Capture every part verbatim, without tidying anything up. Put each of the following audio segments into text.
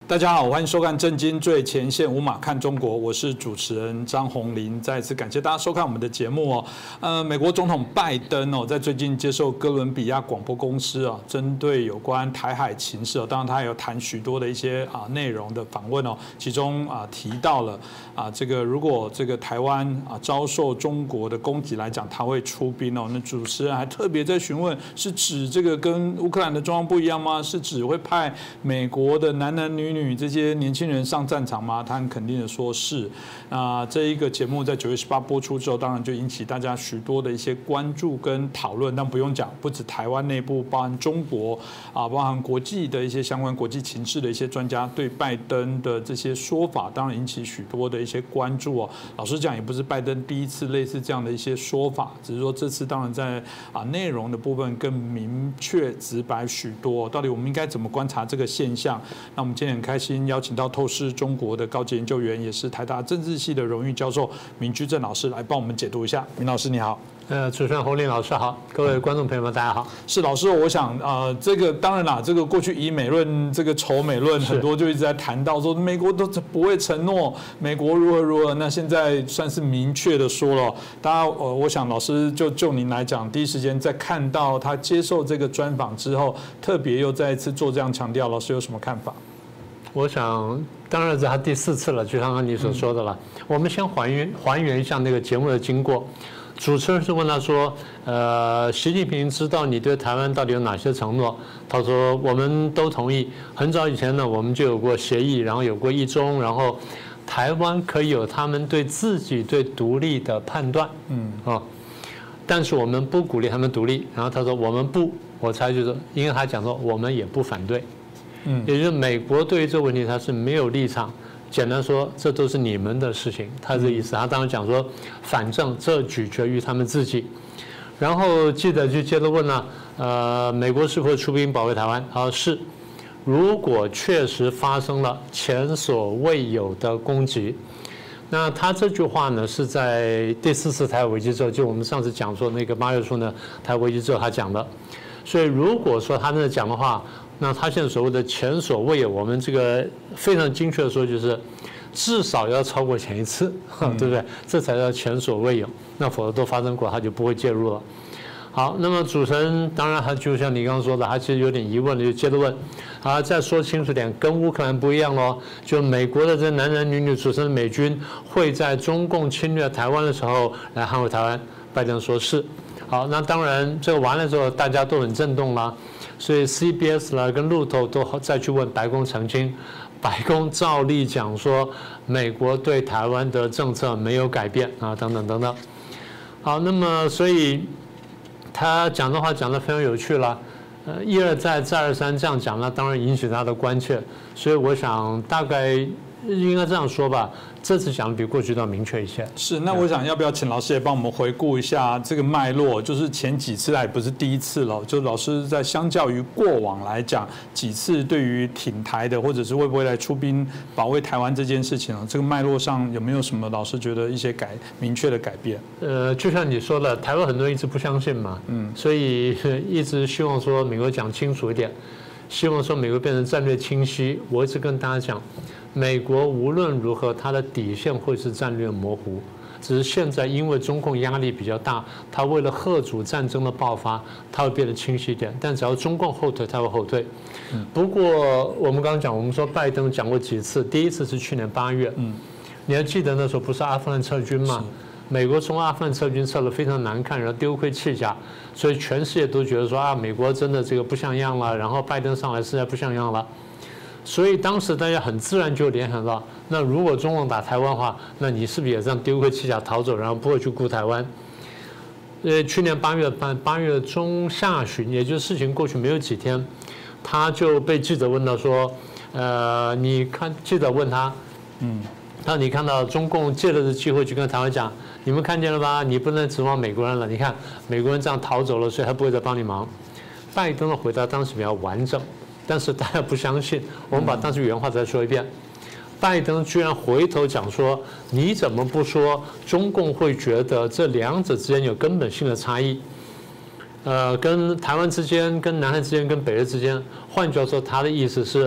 大家好，欢迎收看《震惊最前线》，无马看中国，我是主持人张宏林。再次感谢大家收看我们的节目哦。呃，美国总统拜登哦，在最近接受哥伦比亚广播公司啊，针对有关台海情势哦，当然他有谈许多的一些啊内容的访问哦，其中啊提到了啊这个如果这个台湾啊遭受中国的攻击来讲，他会出兵哦。那主持人还特别在询问，是指这个跟乌克兰的状况不一样吗？是指会派美国的男男女女这些年轻人上战场吗？他很肯定的说是。啊，这一个节目在九月十八播出之后，当然就引起大家许多的一些关注跟讨论。但不用讲，不止台湾内部，包含中国啊，包含国际的一些相关国际情势的一些专家，对拜登的这些说法，当然引起许多的一些关注哦。老实讲，也不是拜登第一次类似这样的一些说法，只是说这次当然在啊内容的部分更明确直白许多。到底我们应该怎么观察这个现象？那我们今天很开心邀请到透视中国的高级研究员，也是台大政治系的荣誉教授明居正老师来帮我们解读一下。明老师你好。 呃，主持人洪林老师好，各位观众朋友们大家好。 是老师，我想呃，这个当然啦，这个过去以美论这个仇美论很多就一直在谈到说美国都不会承诺，美国如何如何。那现在算是明确的说了，大家呃，我想老师就就您来讲，第一时间在看到他接受这个专访之后，特别又再一次做这样强调，老师有什么看法？ 我想，当然是他第四次了，就像你所说的了。嗯、我们先还原还原一下那个节目的经过。主持人是问他说：“呃，习近平知道你对台湾到底有哪些承诺？”他说：“我们都同意。很早以前呢，我们就有过协议，然后有过一中，然后台湾可以有他们对自己对独立的判断，嗯啊，但是我们不鼓励他们独立。然后他说我们不，我猜就是因为他讲说我们也不反对，嗯，也就是美国对于这个问题他是没有立场。”简单说，这都是你们的事情，他这意思。他当然讲说，反正这取决于他们自己。然后记者就接着问了，呃，美国是否出兵保卫台湾？他说是。如果确实发生了前所未有的攻击，那他这句话呢是在第四次台海危机之后，就我们上次讲说那个八月初呢台海危机之后他讲的。所以如果说他那讲的话，那他现在所谓的前所未有，我们这个非常精确的说，就是至少要超过前一次，对不对？这才叫前所未有。那否则都发生过，他就不会介入了。好，那么主持人当然他就像你刚刚说的，他其实有点疑问，就接着问，啊，再说清楚点，跟乌克兰不一样咯，就美国的这男男女女组成的美军会在中共侵略台湾的时候来捍卫台湾。拜登说是。好，那当然这个完了之后，大家都很震动了。所以 C B S 啦跟路透都再去问白宫澄清，白宫照例讲说美国对台湾的政策没有改变啊，等等等等。好，那么所以他讲的话讲得非常有趣了，呃，一而再再而三这样讲，那当然引起他的关切。所以我想大概应该这样说吧。这次讲的比过去都要明确一些。 是，那我想要不要请老师也帮我们回顾一下这个脉络？就是前几次还不是第一次了，就老师在相较于过往来讲，几次对于挺台的或者是会不会来出兵保卫台湾这件事情啊，这个脉络上有没有什么老师觉得一些改明确的改变？ 呃，就像你说的，台湾很多人一直不相信嘛，嗯，所以一直希望说美国讲清楚一点，希望说美国变成战略清晰。我一直跟大家讲。美国无论如何，它的底线会是战略模糊，只是现在因为中共压力比较大，它为了嚇阻战争的爆发，它会变得清晰一点。但只要中共后退，它会后退。不过我们刚刚讲，我们说拜登讲过几次，第一次是去年八月，你还记得那时候不是阿富汗撤军吗？美国从阿富汗撤军撤得非常难看，然后丢盔弃甲，所以全世界都觉得说啊，美国真的这个不像样了，然后拜登上来实在不像样了。所以当时大家很自然就联想到，那如果中共打台湾的话，那你是不是也这样丢盔弃甲逃走，然后不会去顾台湾？呃，去年八月八八月中下旬，也就是事情过去没有几天，他就被记者问到说，呃，你看记者问他，嗯，他你看到中共借了这机会去跟台湾讲，你们看见了吧？你不能指望美国人了，你看美国人这样逃走了，所以他不会再帮你忙。拜登的回答当时比较完整。但是大家不相信，我们把当时原话再说一遍。拜登居然回头讲说：“你怎么不说中共会觉得这两者之间有根本性的差异？呃，跟台湾之间、跟南海之间、跟北日之间，换句话说，他的意思是，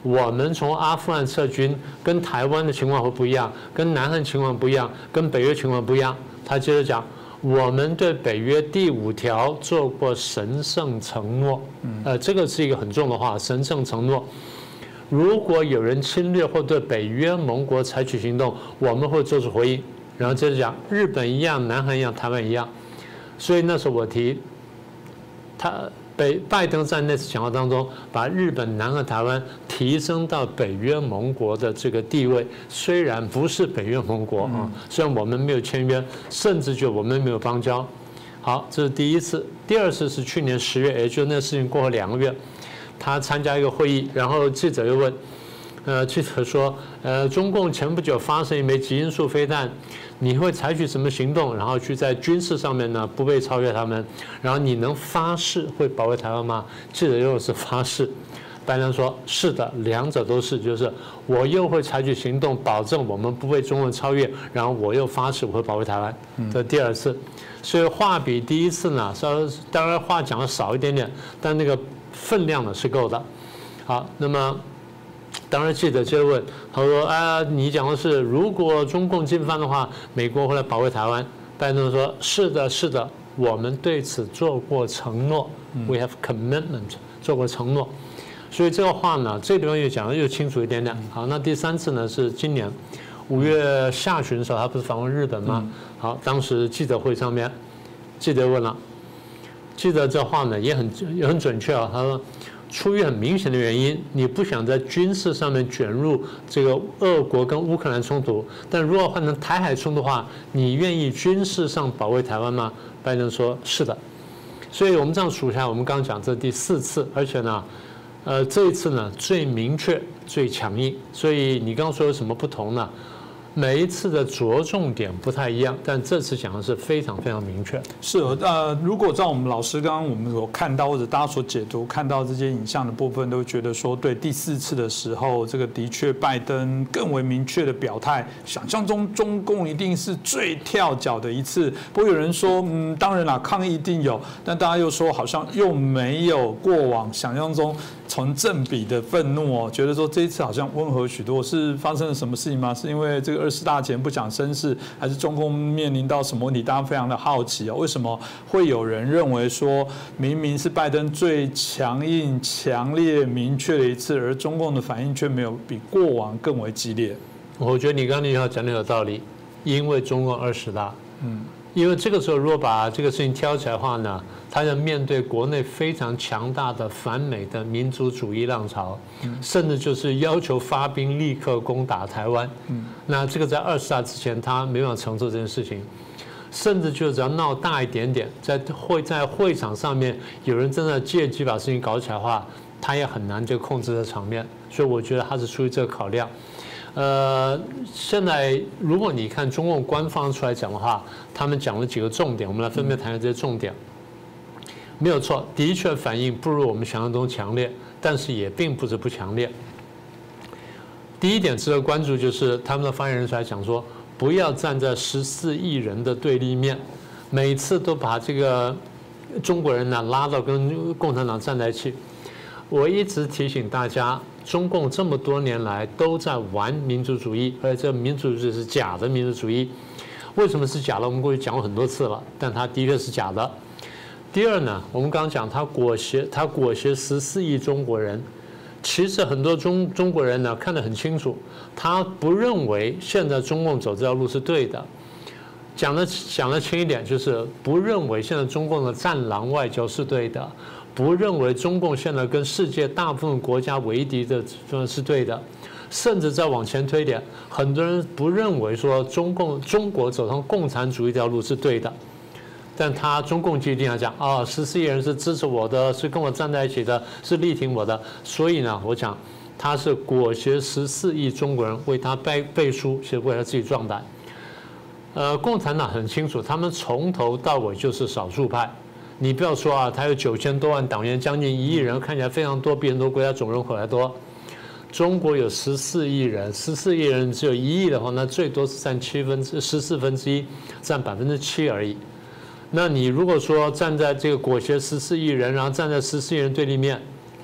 我们从阿富汗撤军，跟台湾的情况会不一样，跟南韩情况不一样，跟北约情况不一样。他接着讲，我们对北约第五条做过神圣承诺，呃，这个是一个很重的话，神圣承诺。如果有人侵略或对北约盟国采取行动，我们会做出回应。然后接着讲，日本一样，南韩一样，台湾一样。所以那时候我提，他。北拜登在那次讲话当中，把日本、南韩、台湾提升到北约盟国的这个地位，虽然不是北约盟国啊，虽然我们没有签约，甚至就我们没有邦交。好，这是第一次。第二次是去年十月，也就是那事情过后两个月，他参加一个会议，然后记者又问，呃，记者说，呃，中共前不久发射一枚极音速飞弹。你会采取什么行动，然后去在军事上面呢不被超越他们？然后你能发誓会保卫台湾吗？记者又是发誓，拜登说是的，两者都是，就是我又会采取行动，保证我们不被中共超越，然后我又发誓我会保卫台湾。这第二次，所以话比第一次呢，稍微当然话讲的少一点点，但那个分量呢是够的。好，那么。当然，记者接着问，他说：“啊，你讲的是，如果中共进犯的话，美国会来保卫台湾。”拜登说：“是的，是的，我们对此做过承诺 ，We have commitment， 做过承诺。”所以这个话呢，这个地方又讲的又清楚一点点。好，那第三次呢是今年五月下旬的时候，他不是访问日本吗？好，当时记者会上面，记者问了，记者这话呢也很也很准确啊，他说。出于很明显的原因，你不想在军事上面卷入这个俄国跟乌克兰冲突，但如果换成台海冲突的话，你愿意军事上保卫台湾吗？拜登说是的。所以我们这样数下来，我们刚刚讲这第四次，而且呢，呃，这一次呢最明确、最强硬。所以你刚刚说有什么不同呢？每一次的着重点不太一样，但这次讲的是非常非常明确。 是，呃，如果照我们老师刚刚我们所看到或者大家所解读看到这些影像的部分，都觉得说，对第四次的时候，这个的确拜登更为明确的表态，想象中中共一定是最跳脚的一次。不过有人说，嗯，当然啦，抗议一定有，但大家又说好像又没有过往想象中成正比的愤怒哦，觉得说这一次好像温和许多，是发生了什么事情吗？是因为这个二十大前不讲声势，还是中共面临到什么问题？大家非常的好奇哦，为什么会有人认为说，明明是拜登最强硬、强烈、明确的一次，而中共的反应却没有比过往更为激烈？ 我觉得你刚刚那句话讲的有道理，因为中共二十大，嗯，因为这个时候如果把这个事情挑起来的话呢，他要面对国内非常强大的反美的民族主义浪潮，甚至就是要求发兵立刻攻打台湾。那这个在二十大之前他没办法承受这件事情，甚至就只要闹大一点点，在会在会场上面有人真的借机把事情搞起来的话，他也很难就控制这场面。所以我觉得他是出于这个考量。呃，现在如果你看中共官方出来讲的话，他们讲了几个重点，我们来分别谈谈这些重点。没有错，的确反应不如我们想象中强烈，但是也并不是不强烈。第一点值得关注就是他们的发言人出来讲说，不要站在十四亿人的对立面，每次都把这个中国人呢拉到跟共产党站在一起。我一直提醒大家，中共这么多年来都在玩民族主义，而且这民族主义是假的民族主义。为什么是假的？我们过去讲过很多次了，但它的确是假的。第二呢，我们刚刚讲他裹挟他裹挟十四亿中国人，其实很多中中国人呢看得很清楚，他不认为现在中共走这条路是对的。讲的讲的轻一点，就是不认为现在中共的战狼外交是对的，不认为中共现在跟世界大部分国家为敌的是对的，甚至再往前推点，很多人不认为说中共中国走上共产主义这条路是对的。但他中共就一定要讲啊，十四亿人是支持我的，是跟我站在一起的，是力挺我的。所以呢，我讲他是裹挟十四亿中国人为他背背书，是为了自己壮胆。呃，共产党很清楚，他们从头到尾就是少数派。你不要说啊，他有九千多万党员，将近一亿人，看起来非常多，比很多国家总人口还多。中国有十四亿人，十四亿人只有一亿的话，那最多是占七分之十四分之一，占百分之七而已。那你如果说站在这个裹挟十四亿人，然后站在十四亿人对立面，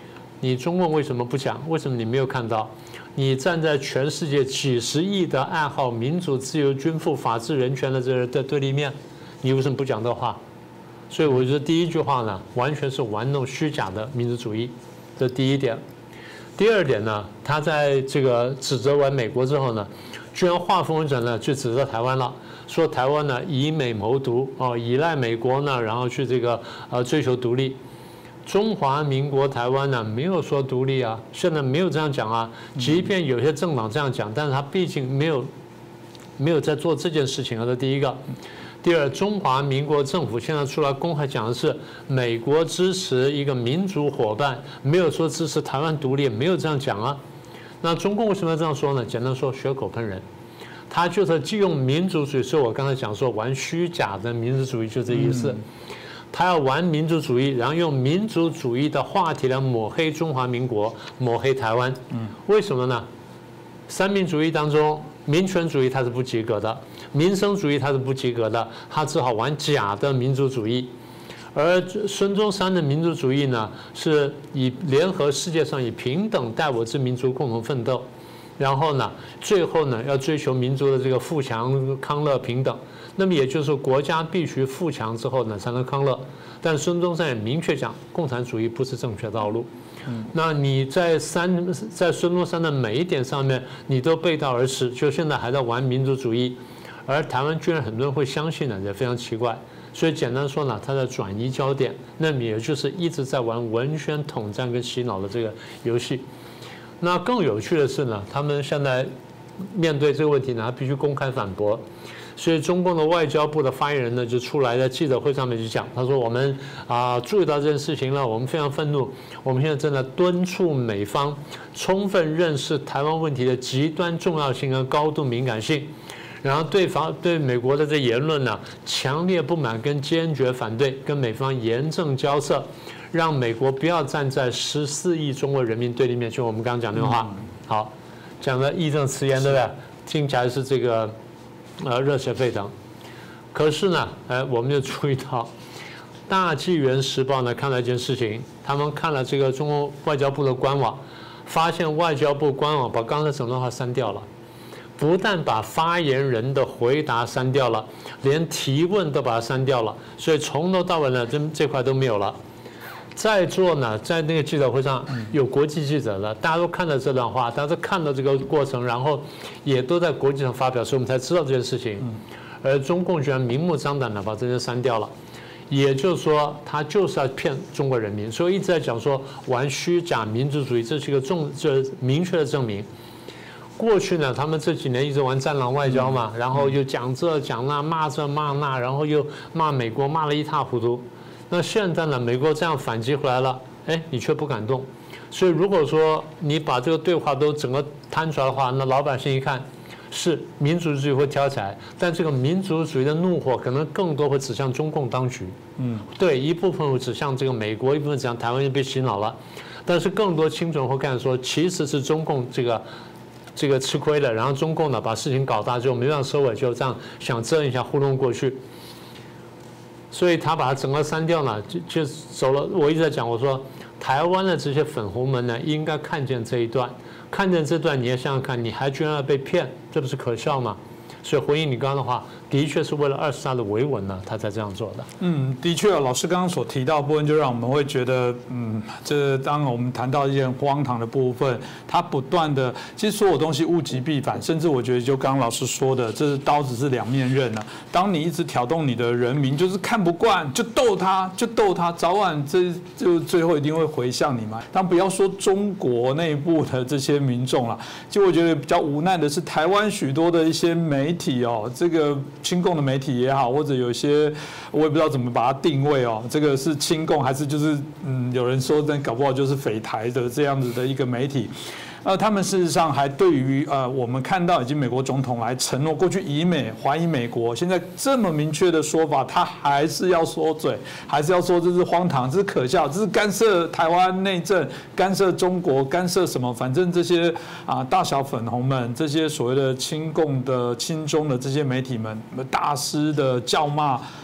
你中共为什么不讲？为什么你没有看到？你站在全世界几十亿的爱好民主、自由、均富、法治、人权的这人的对立面，你为什么不讲这话？所以我觉得第一句话呢，完全是玩弄虚假的民族主义，这第一点。第二点呢，他在这个指责完美国之后呢，居然话锋一转呢，就指责台湾了，说台湾呢以美谋独哦，依赖美国呢，然后去这个呃追求独立。中华民国台湾呢没有说独立啊，现在没有这样讲啊。即便有些政党这样讲，但是他毕竟没有没有在做这件事情啊。这第一个。第二，中华民国政府现在出来公开讲的是美国支持一个民主伙伴，没有说支持台湾独立，没有这样讲啊。那中共为什么要这样说呢？简单说，血口喷人。他就是既用民族主义，所以我刚才讲说玩虚假的民族主义，就这意思。他要玩民族主义，然后用民族主义的话题来抹黑中华民国，抹黑台湾。为什么呢？三民主义当中，民权主义它是不及格的，民生主义它是不及格的，他只好玩假的民族主义。而孙中山的民族主义呢，是以联合世界上以平等待我之民族共同奋斗，然后呢，最后呢要追求民族的这个富强、康乐、平等。那么也就是说，国家必须富强之后呢，才能康乐。但孙中山也明确讲，共产主义不是正确道路。那你在三在孙中山的每一点上面，你都背道而驰，就现在还在玩民族主义，而台湾居然很多人会相信呢，也非常奇怪。所以简单说呢，他在转移焦点，那么也就是一直在玩文宣统战跟洗脑的这个游戏。那更有趣的是呢，他们现在面对这个问题呢，他必须公开反驳。所以中共的外交部的发言人呢，就出来在记者会上面就讲，他说我们啊注意到这件事情了，我们非常愤怒，我们现在正在敦促美方充分认识台湾问题的极端重要性和高度敏感性，然后对方对美国的这言论呢强烈不满跟坚决反对，跟美方严正交涉，让美国不要站在十四亿中国人民对立面，就我们刚刚讲那个话，好，讲的义正辞严，对不对？听起来是这个。呃，热血沸腾。可是呢，哎，我们就注意到，《大纪元时报》呢看了一件事情，他们看了这个中国外交部的官网，发现外交部官网把刚才整段话删掉了，不但把发言人的回答删掉了，连提问都把它删掉了，所以从头到尾呢，这这块都没有了。在座呢，在那个记者会上有国际记者的，大家都看到这段话，大家都看到这个过程，然后也都在国际上发表，所以我们才知道这件事情。而中共居然明目张胆的把这些删掉了，也就是说，他就是要骗中国人民，所以一直在讲说玩虚假民族主义，这是一个重，这明确的证明。过去呢，他们这几年一直玩战狼外交嘛，然后又讲这讲那，骂这骂那，然后又骂美国，骂了一塌糊涂。那现在呢，美国这样反击回来了，哎，你却不敢动。所以如果说你把这个对话都整个摊出来的话，那老百姓一看，是民族主义会挑起来，但这个民族主义的怒火可能更多会指向中共当局。嗯，对，一部分会指向这个美国，一部分指向台湾就被洗脑了，但是更多清楚人会看说，其实是中共这个这个吃亏了，然后中共呢把事情搞大之后没办法收尾，就这样想遮一下糊弄过去。所以他把它整个删掉了，就就走了。我一直在讲，我说台湾的这些粉红们呢，应该看见这一段，看见这段，你要想想看，你还居然要被骗，这不是可笑吗？所以回应你刚刚的话，的确是为了二十大的维稳呢，他才这样做的。 嗯，的确，老师刚刚所提到的部分，就让我们会觉得，嗯，这当我们谈到一件荒唐的部分，他不断的，其实所有东西物极必反，甚至我觉得就刚刚老师说的，这是刀子是两面刃啊。当你一直挑动你的人民，就是看不惯，就斗他，就斗他，早晚这就最后一定会回向你嘛。但不要说中国内部的这些民众了，就我觉得比较无奈的是，台湾许多的一些媒体哦，这个亲共的媒体也好，或者有些我也不知道怎么把它定位哦，这个是亲共还是就是嗯，有人说那搞不好就是匪台的这样子的一个媒体。呃，他们事实上还对于呃，我们看到已经美国总统来承诺过去以美怀疑美国，现在这么明确的说法，他还是要说嘴，还是要说这是荒唐，这是可笑，这是干涉台湾内政，干涉中国，干涉什么？反正这些啊大小粉红们，这些所谓的亲共的、亲中的这些媒体们，大肆的叫骂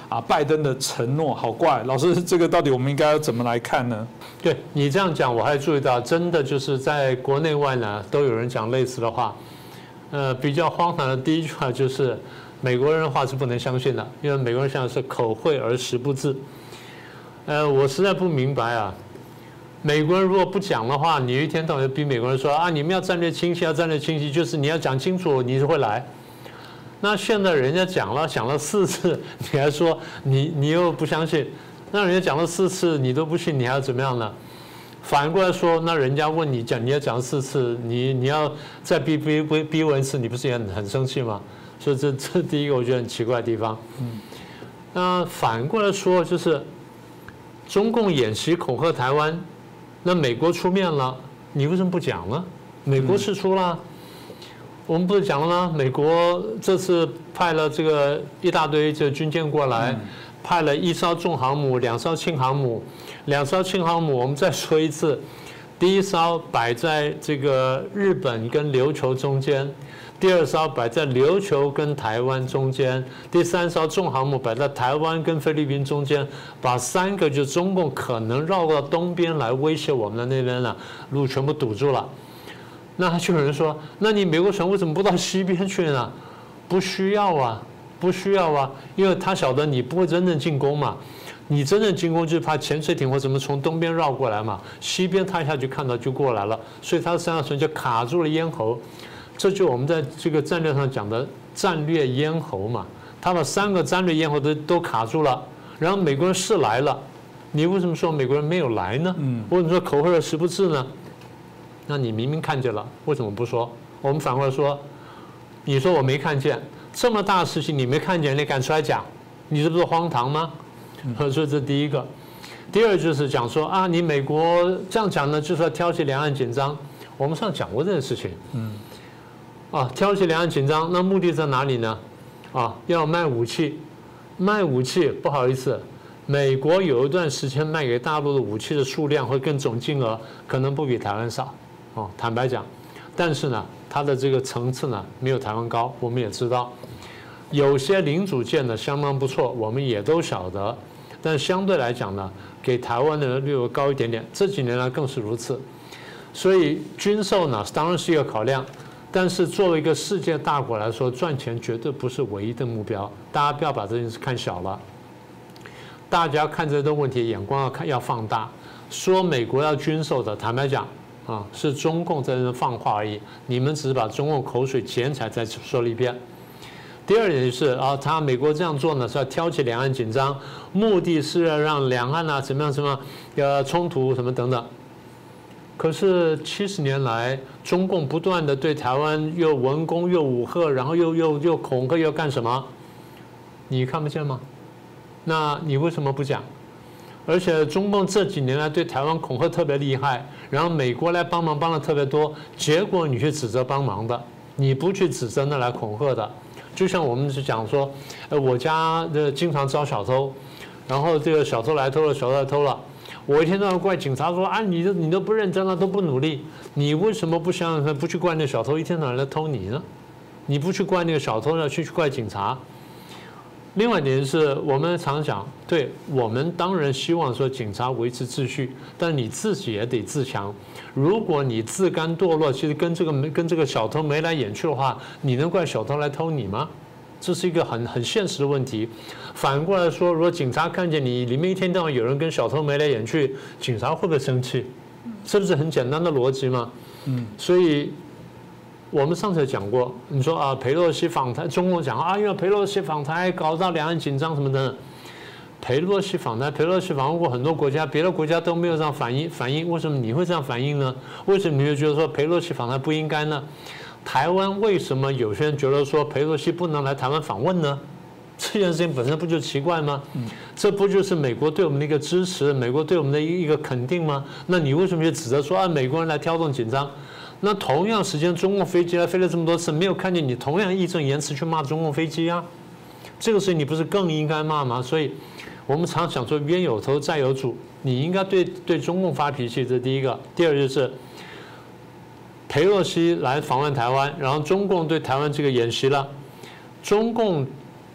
啊，拜登的承诺好怪。老师，这个到底我们应该要怎么来看呢？ 对你这样讲，我还注意到，真的就是在国内外呢，都有人讲类似的话。呃，比较荒唐的第一句话就是，美国人的话是不能相信的，因为美国人现在是口惠而实不至。呃，我实在不明白啊。美国人如果不讲的话，你一天到晚逼美国人说啊，你们要战略清晰，要战略清晰，就是你要讲清楚，你就会来。那现在人家讲了，讲了四次，你还说你你又不相信，那人家讲了四次你都不信，你还要怎么样呢？反过来说，那人家问你讲你要讲四次，你你要再逼逼逼逼问一次，你不是也很很生气吗？所以这这第一个我觉得很奇怪的地方。嗯，那反过来说就是，中共演习恐吓台湾。那美国出面了，你为什么不讲呢？美国是出了，我们不是讲了吗？美国这次派了这个一大堆这军舰过来，派了一艘重航母、两艘轻航母，两艘轻航母。我们再说一次，第一艘摆在这个日本跟琉球中间。第二艘摆在琉球跟台湾中间，第三艘重航母摆在台湾跟菲律宾中间，把三个就中共可能绕到东边来威胁我们的那边呢路全部堵住了。那就有人说，那你美国船为什么不到西边去呢？不需要啊，不需要啊，因为他晓得你不会真正进攻嘛，你真正进攻就是怕潜水艇或怎么从东边绕过来嘛，西边他一下就看到就过来了，所以他三艘船就卡住了咽喉。这就我们在这个战略上讲的战略咽喉嘛，他把三个战略咽喉都都卡住了，然后美国人是来了，你为什么说美国人没有来呢？嗯，为什么说口惠而实不至呢？那你明明看见了，为什么不说？我们反过来说，你说我没看见，这么大的事情你没看见，你敢出来讲，你这不是荒唐吗？所以这第一个，第二就是讲说啊，你美国这样讲呢，就是要挑起两岸紧张。我们上讲过这件事情，嗯。啊，挑起两岸紧张，那目的在哪里呢？啊，要卖武器，卖武器，不好意思，美国有一段时间卖给大陆的武器的数量会跟总金额可能不比台湾少，哦，坦白讲，但是呢，它的这个层次呢没有台湾高，我们也知道，有些零组件呢相当不错，我们也都晓得，但相对来讲呢，给台湾的略微高一点点，这几年来更是如此，所以军售呢当然是一个考量。但是作为一个世界大国来说，赚钱绝对不是唯一的目标。大家不要把这件事看小了。大家看这个问题眼光要看要放大。说美国要军售的，坦白讲啊，是中共在这放话而已。你们只是把中共口水捡起来再说了一遍。第二点就是啊，他美国这样做呢是要挑起两岸紧张，目的是要让两岸啊怎么样什么呃冲突什么等等。可是七十年来，中共不断的对台湾又文攻又武吓，然后又又又恐吓又干什么？你看不见吗？那你为什么不讲？而且中共这几年来对台湾恐吓特别厉害，然后美国来帮忙帮的特别多，结果你去指责帮忙的，你不去指责那来恐吓的。就像我们是讲说，呃，我家的经常招小偷，然后这个小偷来偷了，小偷来偷了。我一天到晚怪警察说啊，你都你都不认真了，都不努力，你为什么不想想看，不去怪那小偷一天到晚来偷你呢？你不去怪那个小偷呢，去去怪警察。另外一点是我们常讲，对我们当然希望说警察维持秩序，但你自己也得自强。如果你自甘堕落，其实跟这个跟这个小偷眉来眼去的话，你能怪小偷来偷你吗？这是一个很很现实的问题。反过来说，如果警察看见你里面一天到晚有人跟小偷眉来眼去，警察会不会生气？是不是很简单的逻辑嘛？嗯，所以我们上次讲过，你说啊，裴洛西访台，中共讲啊，因为裴洛西访台搞到两岸紧张什么的。裴洛西访台，裴洛西访问过很多国家，别的国家都没有这样反应，反应为什么你会这样反应呢？为什么你会觉得说裴洛西访台不应该呢？台湾为什么有些人觉得说裴洛西不能来台湾访问呢？这件事情本身不就奇怪吗？这不就是美国对我们的一个支持，美国对我们的一个肯定吗？那你为什么就指责说啊美国人来挑动紧张？那同样时间中共飞机来飞了这么多次，没有看见你同样义正言辞去骂中共飞机啊？这个事情你不是更应该骂吗？所以我们常讲说冤有头债有主，你应该对对中共发脾气，这是第一个。第二就是裴洛西来访问台湾，然后中共对台湾这个演习了，中共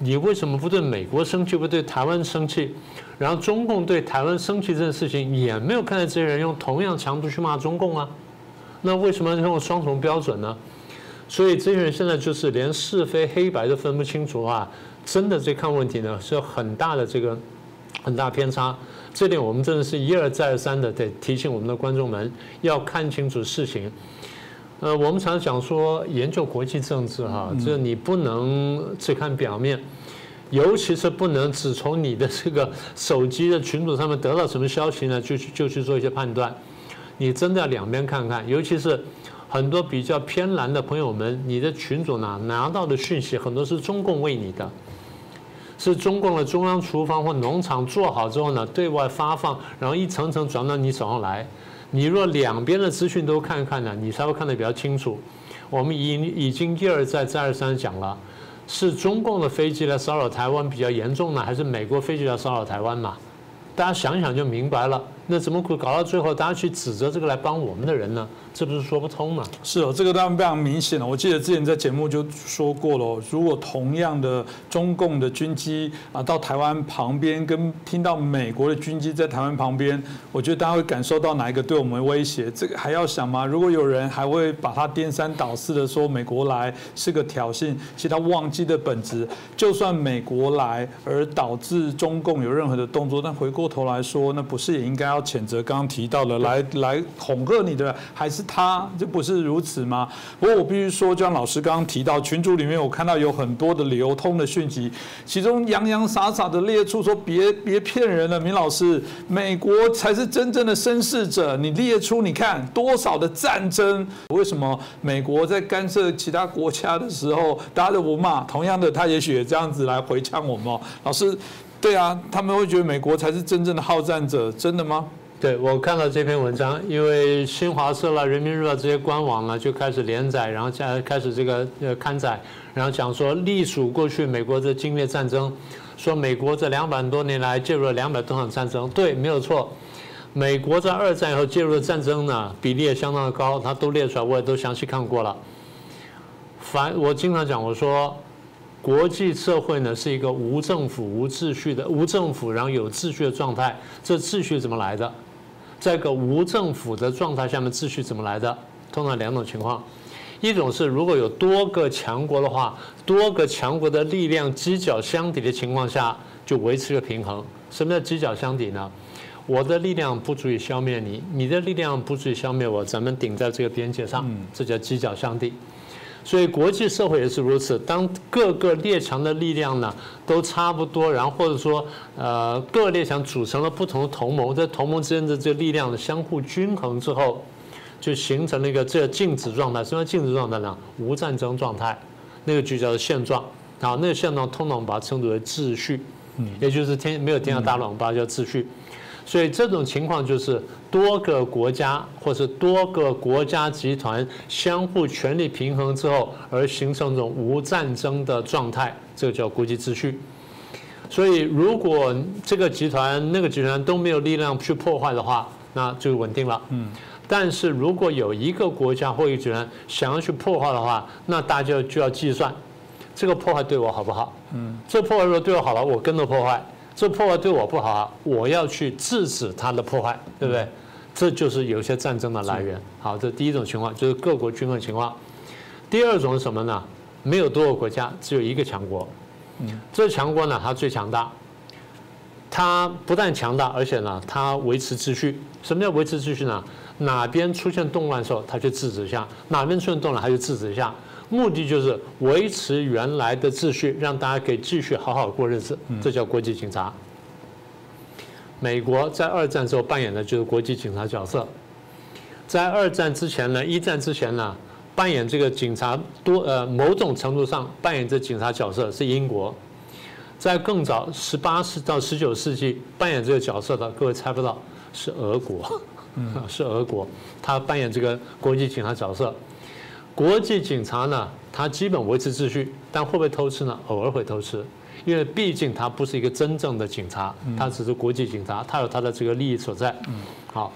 你为什么不对美国生气，不对台湾生气？然后中共对台湾生气这件事情，也没有看到这些人用同样强度去骂中共啊。那为什么用双重标准呢？所以这些人现在就是连是非黑白都分不清楚啊，真的在看问题呢是有很大的这个很大偏差。这点我们真的是一而再而三的得提醒我们的观众们要看清楚事情。呃，我们常讲说研究国际政治哈，这你不能只看表面。尤其是不能只从你的这个手机的群组上面得到什么消息呢，就去就去做一些判断。你真的要两边看看，尤其是很多比较偏蓝的朋友们，你的群组呢拿到的讯息很多是中共喂你的，是中共的中央厨房或农场做好之后呢对外发放，然后一层层转到你手上来。你若两边的资讯都看看呢，你才会看得比较清楚。我们已已经一而再再而三讲了。是中共的飞机来骚扰台湾比较严重呢，还是美国飞机来骚扰台湾嘛？大家想想就明白了。那怎么会搞到最后，大家去指责这个来帮我们的人呢？这不是说不通吗？ 是哦，这个当然非常明显了。我记得之前在节目就说过了，如果同样的中共的军机啊到台湾旁边，跟听到美国的军机在台湾旁边，我觉得大家会感受到哪一个对我们威胁。这个还要想吗？如果有人还会把它颠三倒四的说美国来是个挑衅，其实他忘记的本质，就算美国来而导致中共有任何的动作，但回过头来说，那不是也应该要谴责刚刚提到的来来恐吓你的，还是他，这不是如此吗？不过我必须说，就像老师刚刚提到，群组里面我看到有很多的流通的讯息，其中洋洋洒洒的列出说别别骗人了，明老师，美国才是真正的生事者。你列出你看多少的战争，为什么美国在干涉其他国家的时候，大家都不骂？同样的，他也许也这样子来回呛我们哦，老师。对啊，他们会觉得美国才是真正的好战者，真的吗？ 对，我看到这篇文章，因为新华社啦、人民日报这些官网呢就开始连载，然后开始这个呃刊载，然后讲说隶属过去美国的经历战争，说美国这两百多年来介入了两百多场战争，对，没有错。美国在二战以后介入的战争呢比例也相当的高，它都列出来，我也都详细看过了。反我经常讲，我说。国际社会呢是一个无政府、无秩序的无政府，然后有秩序的状态。这秩序怎么来的？在一个无政府的状态下面，秩序怎么来的？通常两种情况，一种是如果有多个强国的话，多个强国的力量犄角相抵的情况下，就维持一个平衡。什么叫犄角相抵呢？我的力量不足以消灭你，你的力量不足以消灭我，咱们顶在这个边界上，这叫犄角相抵。所以国际社会也是如此，当各个列强的力量呢都差不多，然后或者说呃各列强组成了不同的同盟，在同盟之间的这个力量的相互均衡之后，就形成了一个这个静止状态。什么叫静止状态呢？无战争状态，那个就叫做现状。好，那个现状通常我们把它称之为秩序，也就是天没有天下大乱，我们把它叫秩序。所以这种情况就是多个国家或是多个国家集团相互权力平衡之后而形成这种无战争的状态，这个叫国际秩序。所以如果这个集团那个集团都没有力量去破坏的话，那就稳定了。嗯。但是如果有一个国家或一个集团想要去破坏的话，那大家就要计算这个破坏对我好不好？嗯。这破坏如果对我好了，我跟着破坏。这破坏对我不好，我要去制止它的破坏，对不对？这就是有些战争的来源。好，这第一种情况就是各国均衡情况。第二种是什么呢？没有多个国家，只有一个强国。嗯，这强国呢，它最强大。它不但强大，而且呢，它维持秩序。什么叫维持秩序呢？哪边出现动乱的时候，它就制止一下；哪边出现动乱，它就制止一下。目的就是维持原来的秩序，让大家可以继续好好过日子，这叫国际警察。美国在二战之后扮演的就是国际警察角色。在二战之前呢，一战之前呢，扮演这个警察多呃某种程度上扮演这警察角色是英国。在更早十八世到十九世纪扮演这个角色的，各位猜不到是俄国，是俄国，他扮演这个国际警察角色。国际警察呢，他基本维持秩序，但会不会偷吃呢？偶尔会偷吃，因为毕竟他不是一个真正的警察，他只是国际警察，他有他的这个利益所在。好，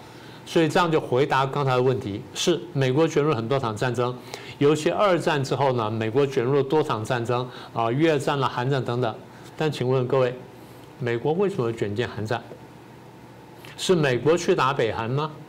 所以这样就回答刚才的问题：是美国卷入很多场战争，尤其二战之后呢，美国卷入了多场战争啊，越战了、韩战等等。但请问各位，美国为什么卷进韩战？是美国去打北韩吗？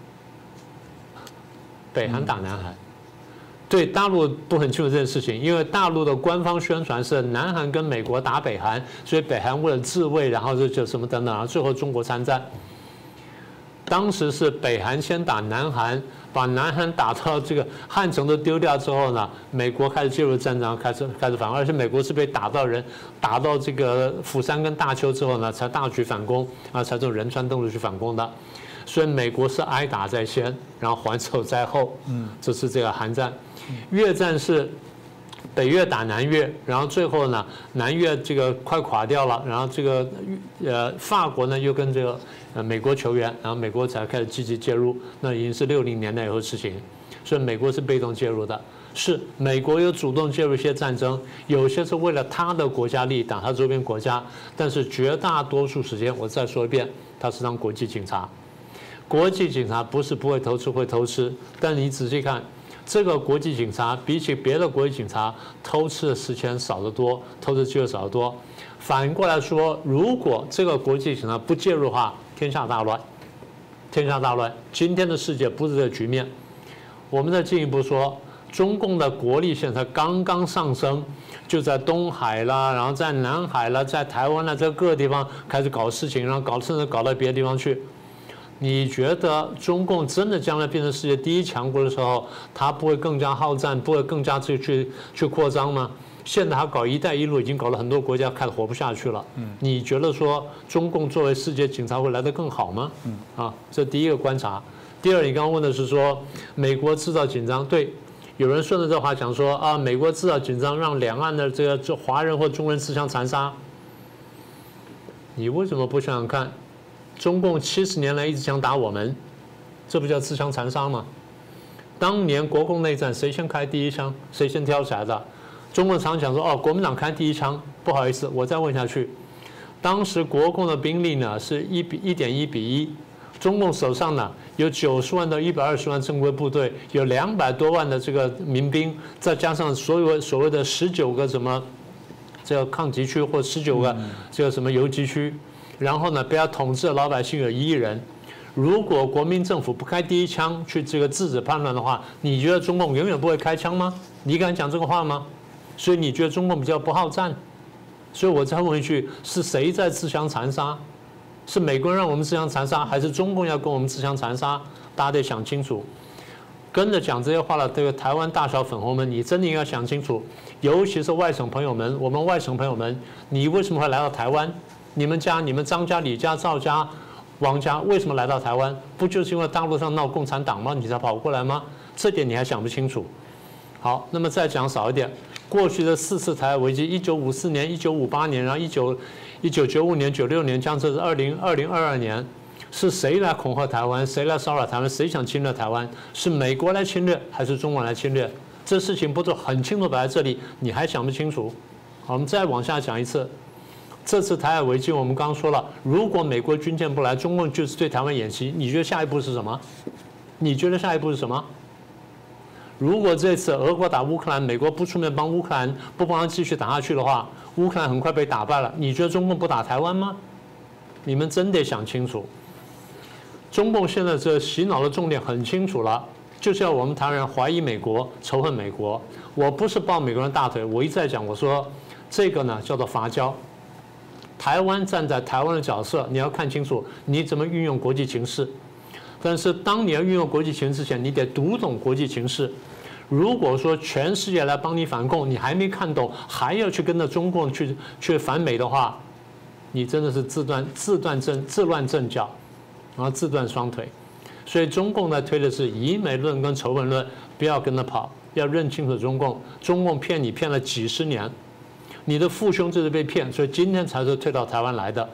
北韩打南韩？对大陆不很清楚这件事情，因为大陆的官方宣传是南韩跟美国打北韩，所以北韩为了自卫，然后就就什么等等，然后最后中国参战。当时是北韩先打南韩，把南韩打到这个汉城都丢掉之后呢，美国开始介入战场，开始开始反攻，而且美国是被打到人打到这个釜山跟大邱之后呢，才大举反攻啊，才从仁川登陆去反攻的。所以美国是挨打在先，然后还手在后。嗯，这是这个韩战。越战是北越打南越，然后最后呢，南越这个快垮掉了，然后这个呃法国呢又跟这个呃美国求援，然后美国才开始积极介入，那已经是六零年代以后的事情，所以美国是被动介入的。是美国有主动介入一些战争，有些是为了他的国家利益打他周边国家，但是绝大多数时间，我再说一遍，他是当国际警察。国际警察不是不会偷吃，会偷吃，但你仔细看。这个国际警察比起别的国际警察偷吃的时间少得多，偷吃机会少得多。反过来说，如果这个国际警察不介入的话，天下大乱，天下大乱。今天的世界不是这个局面。我们再进一步说，中共的国力现在刚刚上升，就在东海啦，然后在南海啦，在台湾啦，在各个地方开始搞事情，然后搞甚至搞到别的地方去。你觉得中共真的将来变成世界第一强国的时候，它不会更加好战，不会更加去去去扩张吗？现在它搞“一带一路”已经搞了很多国家开始活不下去了。嗯，你觉得说中共作为世界警察会来得更好吗？嗯，啊，这第一个观察。第二，你刚刚问的是说美国制造紧张，对，有人顺着这话讲说啊，美国制造紧张，让两岸的这个就华人或中国人自相残杀。你为什么不想想看？中共七十年来一直想打我们，这不叫自相残杀吗？当年国共内战，谁先开第一枪？谁先挑起来的？中共常讲说，哦，国民党开第一枪。不好意思，我再问下去，当时国共的兵力呢是一比一点一比一，中共手上呢有九十万到一百二十万正规部队，有两百多万的这个民兵，再加上所有所谓的十九个什么这个抗击区或十九个这个什么游击区。然后呢，被他统治的老百姓有一亿人。如果国民政府不开第一枪去这个制止叛乱的话，你觉得中共永远不会开枪吗？你敢讲这个话吗？所以你觉得中共比较不好战？所以我再问一句：是谁在自相残杀？是美国人让我们自相残杀，还是中共要跟我们自相残杀？大家得想清楚。跟着讲这些话了，这个台湾大小粉红们，你真的要想清楚，尤其是外省朋友们，我们外省朋友们，你为什么会来到台湾？你们家、你们张家、李家、赵家、王家为什么来到台湾？不就是因为大陆上闹共产党吗？你才跑过来吗？这点你还想不清楚。好，那么再讲少一点，过去的四次台海危机，一九五四年、一九五八年，然后一九一九九五年、九六年，将这是二零二零二二年，是谁来恐吓台湾？谁来骚扰台湾？谁想侵略台湾？是美国来侵略，还是中国来侵略？这事情不都很清楚摆在这里？你还想不清楚？好，我们再往下讲一次。这次台海危机，我们刚刚说了，如果美国军舰不来，中共就是对台湾演习。你觉得下一步是什么？你觉得下一步是什么？如果这次俄国打乌克兰，美国不出面帮乌克兰，不帮他继续打下去的话，乌克兰很快被打败了。你觉得中共不打台湾吗？你们真得想清楚。中共现在这洗脑的重点很清楚了，就是要我们台湾人怀疑美国、仇恨美国。我不是抱美国人大腿，我一再讲，我说这个呢叫做伐交。台湾站在台湾的角色，你要看清楚你怎么运用国际情势。但是当你要运用国际情势之前，你得读懂国际情势。如果说全世界来帮你反共，你还没看懂，还要去跟着中共去去反美的话，你真的是自断自断阵自乱阵脚，然后自断双腿。所以中共呢推的是以美论跟仇恨论，不要跟着跑，要认清楚中共。中共骗你骗了几十年。你的父兄就是被骗，所以今天才是退到台湾来的，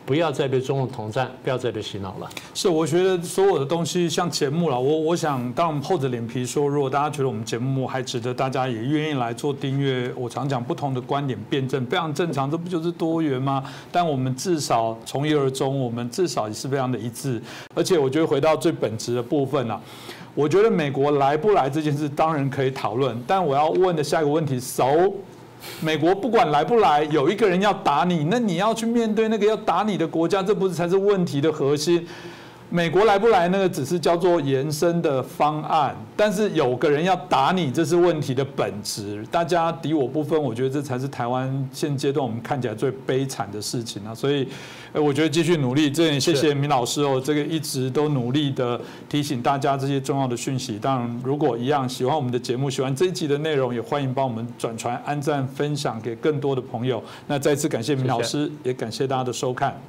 不要再被中共统战，不要再被洗脑了。 是，我觉得所有的东西像节目了，我我想当我们厚着脸皮说，如果大家觉得我们节目还值得大家也愿意来做订阅，我常讲不同的观点辩证非常正常，这不就是多元吗？但我们至少从一而终，我们至少也是非常的一致。而且我觉得回到最本质的部分啊，我觉得美国来不来这件事当然可以讨论，但我要问的下一个问题 ，so 美国不管来不来，有一个人要打你，那你要去面对那个要打你的国家，这不是才是问题的核心？美国来不来，那个只是叫做延伸的方案，但是有个人要打你，这是问题的本质。大家敌我不分，我觉得这才是台湾现阶段我们看起来最悲惨的事情啊！所以，我觉得继续努力，这也谢谢明老师哦，这个一直都努力的提醒大家这些重要的讯息。当然，如果一样喜欢我们的节目，喜欢这一集的内容，也欢迎帮我们转传、按赞、分享给更多的朋友。那再次感谢明老师，谢谢也感谢大家的收看。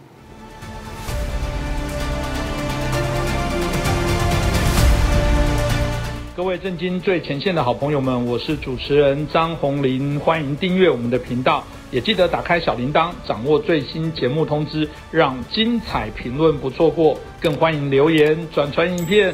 各位震惊最前线的好朋友们，我是主持人张宏林，欢迎订阅我们的频道，也记得打开小铃铛，掌握最新节目通知，让精彩评论不错过，更欢迎留言、转传影片。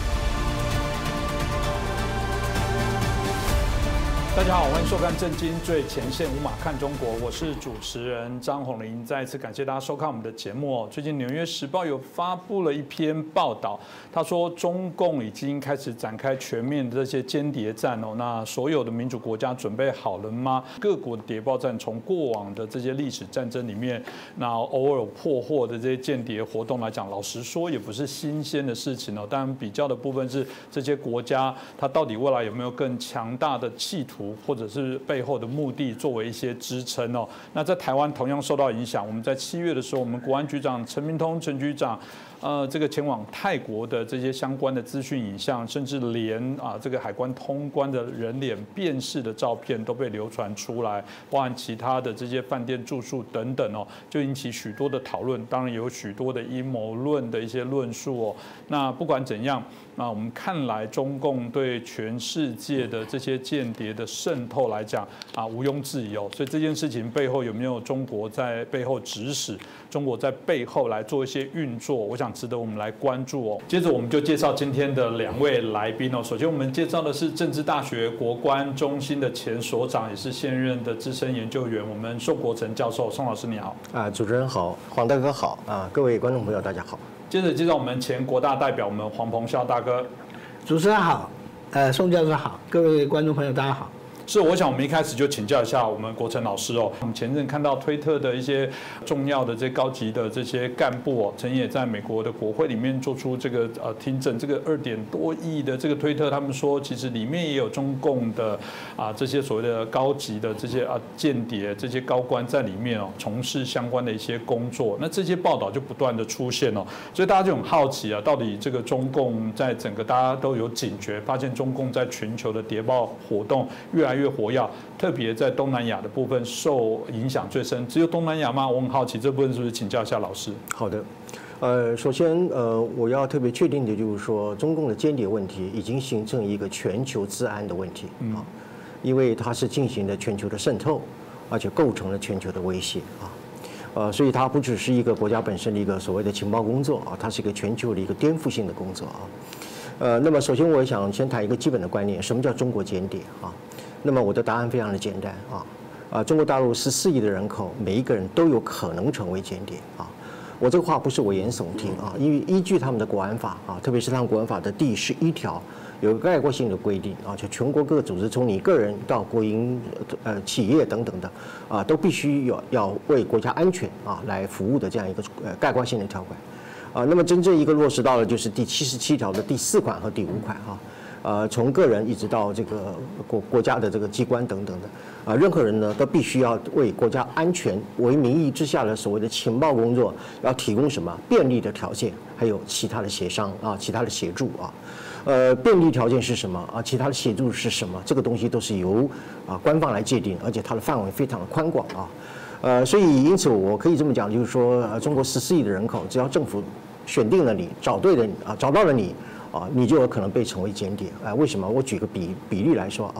大家好，欢迎收看《震惊最前线》，无马看中国，我是主持人张宏林。再一次感谢大家收看我们的节目哦。最近《纽约时报》有发布了一篇报道，他说中共已经开始展开全面的这些间谍战哦。那所有的民主国家准备好了吗？各国的谍报战从过往的这些历史战争里面，那偶尔破获的这些间谍活动来讲，老实说也不是新鲜的事情哦。当然，比较的部分是这些国家它到底未来有没有更强大的企图，或者是背后的目的作为一些支撑哦。那在台湾同样受到影响，我们在七月的时候，我们国安局长陈明通陈局长，呃，这个前往泰国的这些相关的资讯影像，甚至连啊这个海关通关的人脸辨识的照片都被流传出来，包含其他的这些饭店住宿等等哦，就引起许多的讨论。当然有许多的阴谋论的一些论述哦。那不管怎样，那我们看来中共对全世界的这些间谍的渗透来讲啊，毋庸置疑哦。所以这件事情背后有没有中国在背后指使？中国在背后来做一些运作，我想值得我们来关注哦。接着我们就介绍今天的两位来宾哦。首先我们介绍的是政治大学国关中心的前所长，也是现任的资深研究员，我们宋国成教授。宋老师你好。 啊，主持人好，黄大哥好啊，各位观众朋友大家好。 接着介绍我们前国大代表，我们黄鹏孝大哥。 主持人好，呃，宋教授好，各位观众朋友大家好。 是，我想我们一开始就请教一下我们国成老师哦。我们前阵看到推特的一些重要的这高级的这些干部哦，曾经也在美国的国会里面做出这个呃听证，这个二点多亿的这个推特，他们说其实里面也有中共的啊这些所谓的高级的这些啊间谍这些高官在里面哦，从事相关的一些工作。那这些报道就不断的出现哦，所以大家就很好奇啊，到底这个中共在整个大家都有警觉，发现中共在全球的谍报活动越来越活跃，特别在东南亚的部分受影响最深。只有东南亚吗？我很好奇这部分是不是请教一下老师？ 好的，呃，首先呃，我要特别确定的就是说，中共的间谍问题已经形成一个全球治安的问题啊，因为它是进行了全球的渗透，而且构成了全球的威胁啊。呃，所以它不只是一个国家本身的一个所谓的情报工作啊，它是一个全球的一个颠覆性的工作啊。呃，那么首先我想先谈一个基本的观念，什么叫中国间谍啊？那么我的答案非常的简单啊，啊，中国大陆十四亿的人口，每一个人都有可能成为间谍啊。我这个话不是危言耸听啊，因为依据他们的国安法啊，特别是他们国安法的第十一条，有概括性的规定啊，就全国各个组织，从你个人到国营呃企业等等的啊，都必须有要为国家安全啊来服务的这样一个呃概括性的条款啊。那么真正一个落实到了就是第七十七条的第四款和第五款啊。呃，从个人一直到这个国国家的这个机关等等的，啊、呃，任何人呢都必须要为国家安全为名义之下的所谓的情报工作，要提供什么便利的条件，还有其他的协商啊，其他的协助啊，呃，便利条件是什么啊？其他的协助是什么？这个东西都是由啊官方来界定，而且它的范围非常的宽广啊，呃，所以因此我可以这么讲，就是说，呃，中国十四亿的人口，只要政府选定了你，找对了你啊，找到了你。啊，你就有可能被成为间谍。啊，为什么？我举个比比例来说啊，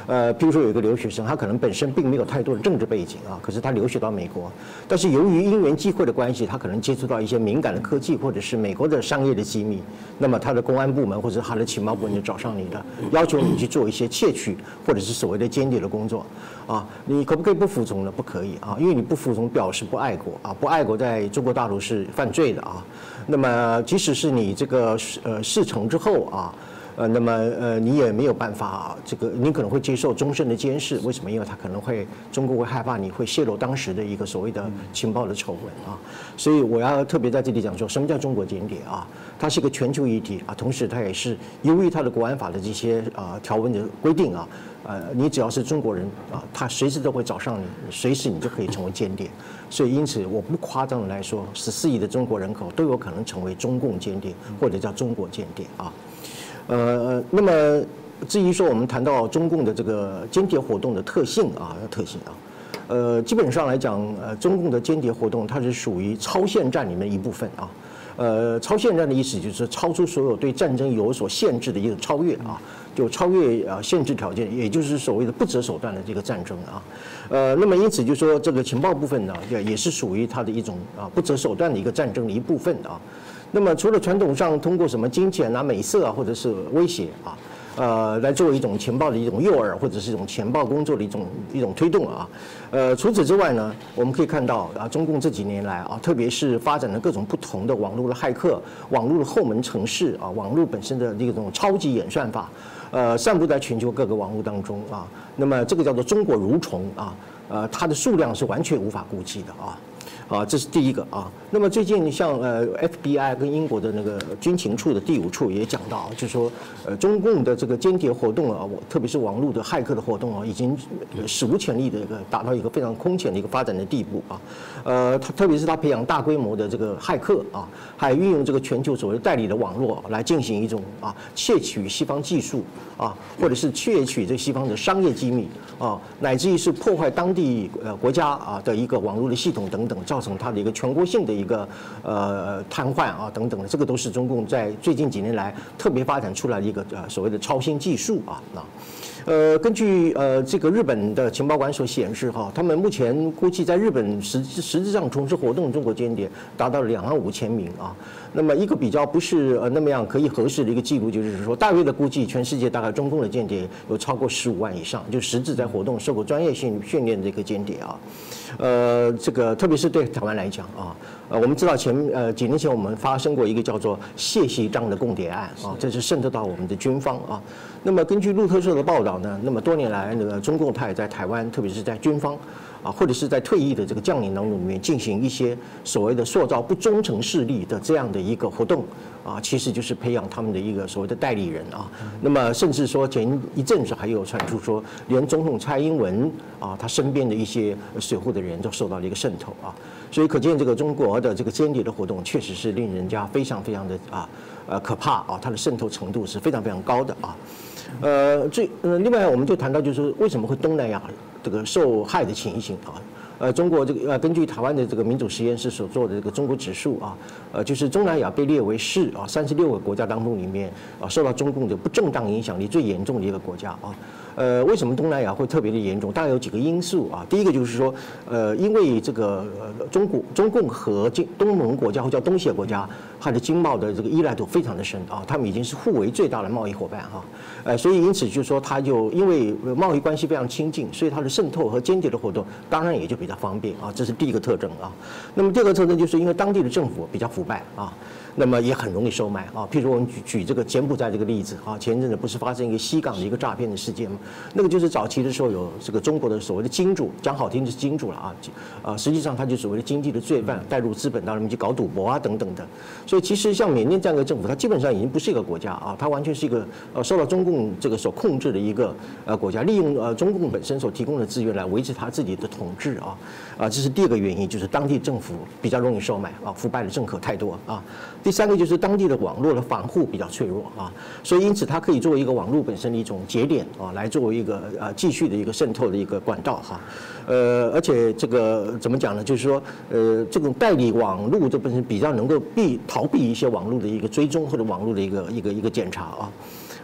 呃，譬如说有一个留学生，他可能本身并没有太多的政治背景啊，可是他留学到美国，但是由于因缘际会的关系，他可能接触到一些敏感的科技或者是美国的商业的机密，那么他的公安部门或者他的情报部门就找上你了，要求你去做一些窃取或者是所谓的间谍的工作啊，你可不可以不服从呢？不可以啊，因为你不服从表示不爱国啊，不爱国在中国大陆是犯罪的啊。那么即使是你这个呃事成之后啊。呃，那么呃，你也没有办法，这个你可能会接受终身的监视。为什么？因为他可能会中国会害怕你会泄露当时的一个所谓的情报的丑闻啊。所以我要特别在这里讲说，什么叫中国间谍啊？它是一个全球议题啊，同时它也是由于它的国安法的这些啊条文的规定啊，呃，你只要是中国人啊，他随时都会找上你，随时你就可以成为间谍。所以因此，我不夸张的来说，十四亿的中国人口都有可能成为中共间谍，或者叫中国间谍啊。呃，那么至于说我们谈到中共的这个间谍活动的特性啊，特性啊，呃，基本上来讲，呃，中共的间谍活动它是属于超限战里面的一部分啊。呃，超限战的意思就是超出所有对战争有所限制的一种超越啊，就超越啊限制条件，也就是所谓的不择手段的这个战争啊。呃，那么因此就说这个情报部分呢，也也是属于它的一种啊不择手段的一个战争的一部分啊。那么除了传统上通过什么金钱啊、美色啊，或者是威胁啊，呃，来作为一种情报的一种诱饵，或者是一种情报工作的一种一种推动啊，呃，除此之外呢，我们可以看到啊，中共这几年来啊，特别是发展了各种不同的网络的骇客、网络的后门程式啊，网络本身的这种超级演算法，呃，散布在全球各个网络当中啊，那么这个叫做中国蠕虫啊，呃，它的数量是完全无法估计的啊。啊，这是第一个啊。那么最近像呃 F B I 跟英国的那个军情处的第五处也讲到，就是说呃中共的这个间谍活动啊，我特别是网络的骇客的活动啊，已经史无前例的一个达到一个非常空前的一个发展的地步啊。呃，他特别是他培养大规模的这个骇客啊，还运用这个全球所谓代理的网络来进行一种啊窃取西方技术啊，或者是窃取这西方的商业机密啊，乃至于是破坏当地呃国家啊的一个网络的系统等等，造成它的一个全国性的一个呃瘫痪啊等等的，这个都是中共在最近几年来特别发展出来的一个呃所谓的超新技术啊啊。呃，根据呃这个日本的情报馆所显示哈，他们目前估计在日本实实质上从事活动中国间谍达到了两万五千名啊。那么一个比较不是呃那么样可以核实的一个记录，就是说大约的估计，全世界大概中共的间谍有超过十五万以上，就实质在活动、受过专业训训练的一个间谍啊。呃，这个特别是对台湾来讲啊，呃，我们知道前呃几年前我们发生过一个叫做谢锡章的共谍案啊，这是渗透到我们的军方啊。那么根据路透社的报道呢，那么多年来那个中共它也在台湾，特别是在军方啊，或者是在退役的这个将领当中里面进行一些所谓的塑造不忠诚势力的这样的一个活动啊，其实就是培养他们的一个所谓的代理人啊。那么甚至说前一阵子还有传出说，连总统蔡英文啊，他身边的一些水户的人都受到了一个渗透啊。所以可见这个中国的这个间谍的活动，确实是令人家非常非常的啊呃可怕啊，它的渗透程度是非常非常高的啊。呃，最呃，另外我们就谈到就是为什么会东南亚这个受害的情形啊？呃，中国这个呃，根据台湾的这个民主实验室所做的这个中国指数啊，呃，就是中南亚被列为是啊三十六个国家当中里面啊受到中共的不正当影响力最严重的一个国家啊。呃，为什么东南亚会特别的严重？大概有几个因素啊。第一个就是说，呃，因为这个呃中国中共和经东盟国家或叫东协国家，它的经贸的这个依赖度非常的深啊，他们已经是互为最大的贸易伙伴哈。呃，所以因此就是说，它就因为贸易关系非常亲近，所以它的渗透和间谍的活动当然也就比较方便啊，这是第一个特征啊。那么第二个特征就是因为当地的政府比较腐败啊。那么也很容易收买啊，譬如我们举举这个柬埔寨这个例子啊，前一阵子不是发生一个西港的一个诈骗的事件吗？那个就是早期的时候有这个中国的所谓的金主，讲好听就是金主了啊，啊，实际上他就所谓的经济的罪犯，带入资本到里面去搞赌博啊等等的。所以其实像缅甸这样一个政府，它基本上已经不是一个国家啊，它完全是一个呃受到中共这个所控制的一个呃国家，利用呃中共本身所提供的资源来维持它自己的统治啊啊，这是第二个原因，就是当地政府比较容易收买啊，腐败的政客太多啊。第三个就是当地的网络的防护比较脆弱啊，所以因此它可以作为一个网络本身的一种节点啊，来作为一个呃继续的一个渗透的一个管道哈，呃，而且这个怎么讲呢？就是说，呃，这种代理网络这本身比较能够避逃避一些网络的一个追踪或者网络的一个一个一个检查啊。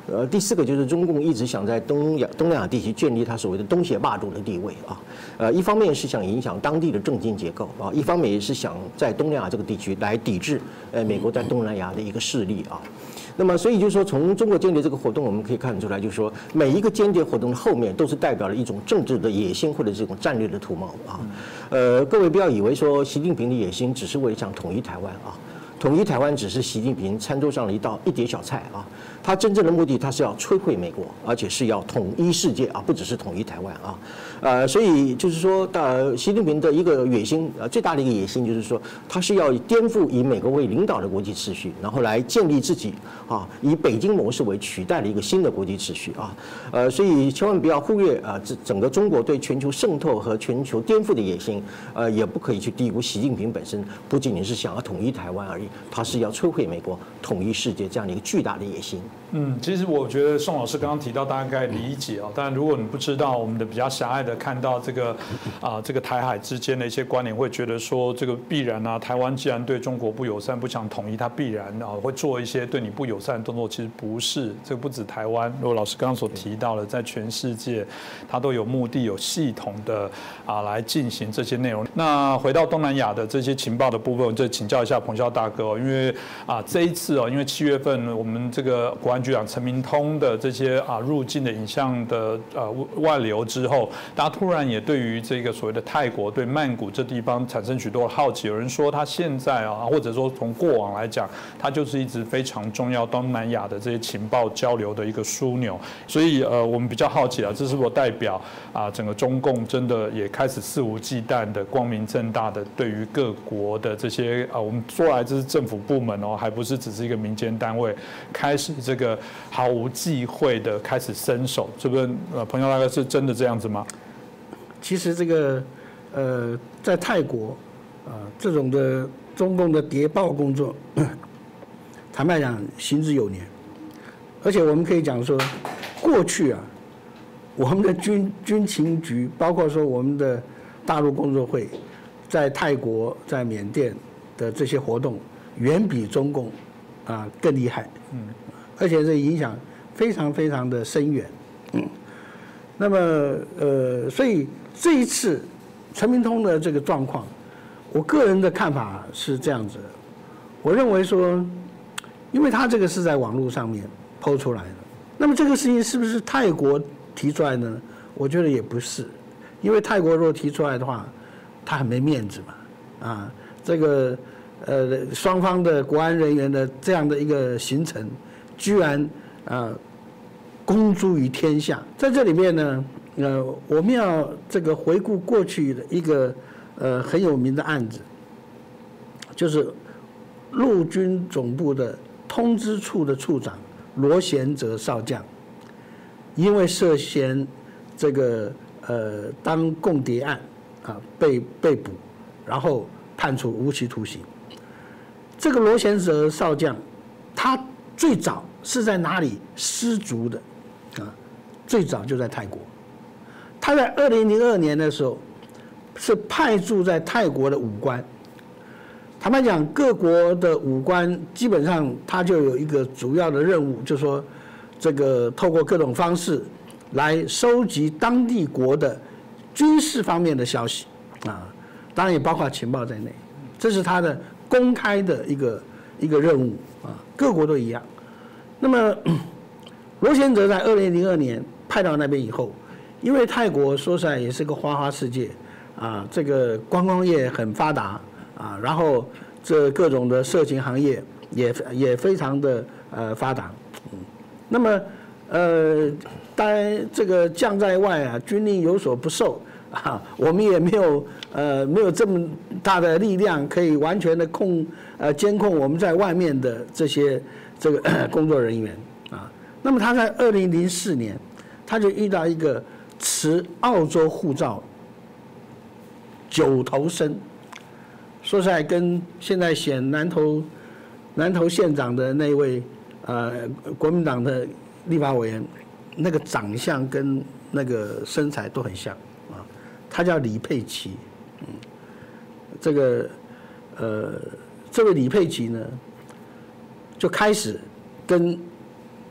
呃，第四个就是中共一直想在东亚东南亚地区建立它所谓的东协霸主的地位啊，呃，一方面是想影响当地的政经结构啊，一方面也是想在东南亚这个地区来抵制呃美国在东南亚的一个势力啊。那么，所以就是说，从中国间谍这个活动，我们可以看出来，就是说，每一个间谍活动的后面都是代表了一种政治的野心或者这种战略的图谋啊。呃，各位不要以为说习近平的野心只是为了想统一台湾啊。统一台湾只是习近平餐桌上的一道一碟小菜啊，他真正的目的他是要摧毁美国，而且是要统一世界啊，不只是统一台湾啊，呃，所以就是说，呃，习近平的一个野心，呃，最大的一个野心就是说，他是要颠覆以美国为领导的国际秩序，然后来建立自己啊，以北京模式为取代的一个新的国际秩序啊，呃，所以千万不要忽略啊，这整个中国对全球渗透和全球颠覆的野心，呃，也不可以去低估习近平本身不仅仅是想要统一台湾而已。他是要摧毁美国、统一世界这样的一个巨大的野心。 嗯，其实我觉得宋老师刚刚提到大概理解啊，但如果你不知道，我们的比较狭隘的看到这个啊、呃、这个台海之间的一些关联，会觉得说这个必然啊，台湾既然对中国不友善，不想统一，它必然啊会做一些对你不友善的动作。其实不是，这个不止台湾，如果老师刚刚所提到的，在全世界它都有目的、有系统的啊来进行这些内容。那回到东南亚的这些情报的部分，我就请教一下彭孝大哥哦，因为啊这一次哦，因为七月份我们这个国安局长陈明通的这些啊入境的影像的呃外流之后，大家突然也对于这个所谓的泰国对曼谷这地方产生许多的好奇。有人说他现在啊，或者说从过往来讲，它就是一直非常重要东南亚的这些情报交流的一个枢纽。所以呃，我们比较好奇啊，这是否代表啊整个中共真的也开始肆无忌惮的、光明正大的对于各国的这些啊，我们说来这是政府部门哦，还不是只是一个民间单位，开始这个毫无忌讳的开始伸手，这个呃，彭孝大哥是真的这样子吗？ 其实这个呃，在泰国啊、呃，这种的中共的谍报工作，坦白讲行之有年，而且我们可以讲说，过去啊，我们的军军情局，包括说我们的大陆工作会，在泰国、在缅甸的这些活动，远比中共啊更厉害，嗯，而且这影响非常非常的深远，嗯，那么呃，所以这一次陈明通的这个状况，我个人的看法是这样子的，我认为说，因为他这个是在网络上面抛出来的，那么这个事情是不是泰国提出来呢？我觉得也不是，因为泰国如果提出来的话，他很没面子嘛，啊，这个呃双方的国安人员的这样的一个行程，居然啊公诸于天下，在这里面呢，呃，我们要这个回顾过去的一个呃很有名的案子，就是陆军总部的通知处的处长罗贤哲少将，因为涉嫌这个呃当共谍案啊被被捕，然后判处无期徒刑。这个罗贤哲少将，他最早是在哪里失足的啊？最早就在泰国。他在二零零二年的时候，是派驻在泰国的武官。坦白讲，各国的武官基本上他就有一个主要的任务，就是说，这个透过各种方式来收集当地国的军事方面的消息啊，当然也包括情报在内，这是他的公开的一个一个任务啊，各国都一样。那么罗贤哲在二零零二年派到那边以后，因为泰国说实在也是个花花世界啊，这个观光业很发达啊，然后这各种的色情行业也也非常的呃发达，嗯，那么呃，当然这个将在外啊，军令有所不受啊，我们也没有呃没有这么大的力量可以完全的控呃监控我们在外面的这些这个工作人员啊。那么他在二零零四年，他就遇到一个持澳洲护照九头身。说实在，跟现在选南投南投县长的那位呃国民党的立法委员，那个长相跟那个身材都很像啊。他叫李佩琦，嗯，这个呃这位李佩琦呢，就开始跟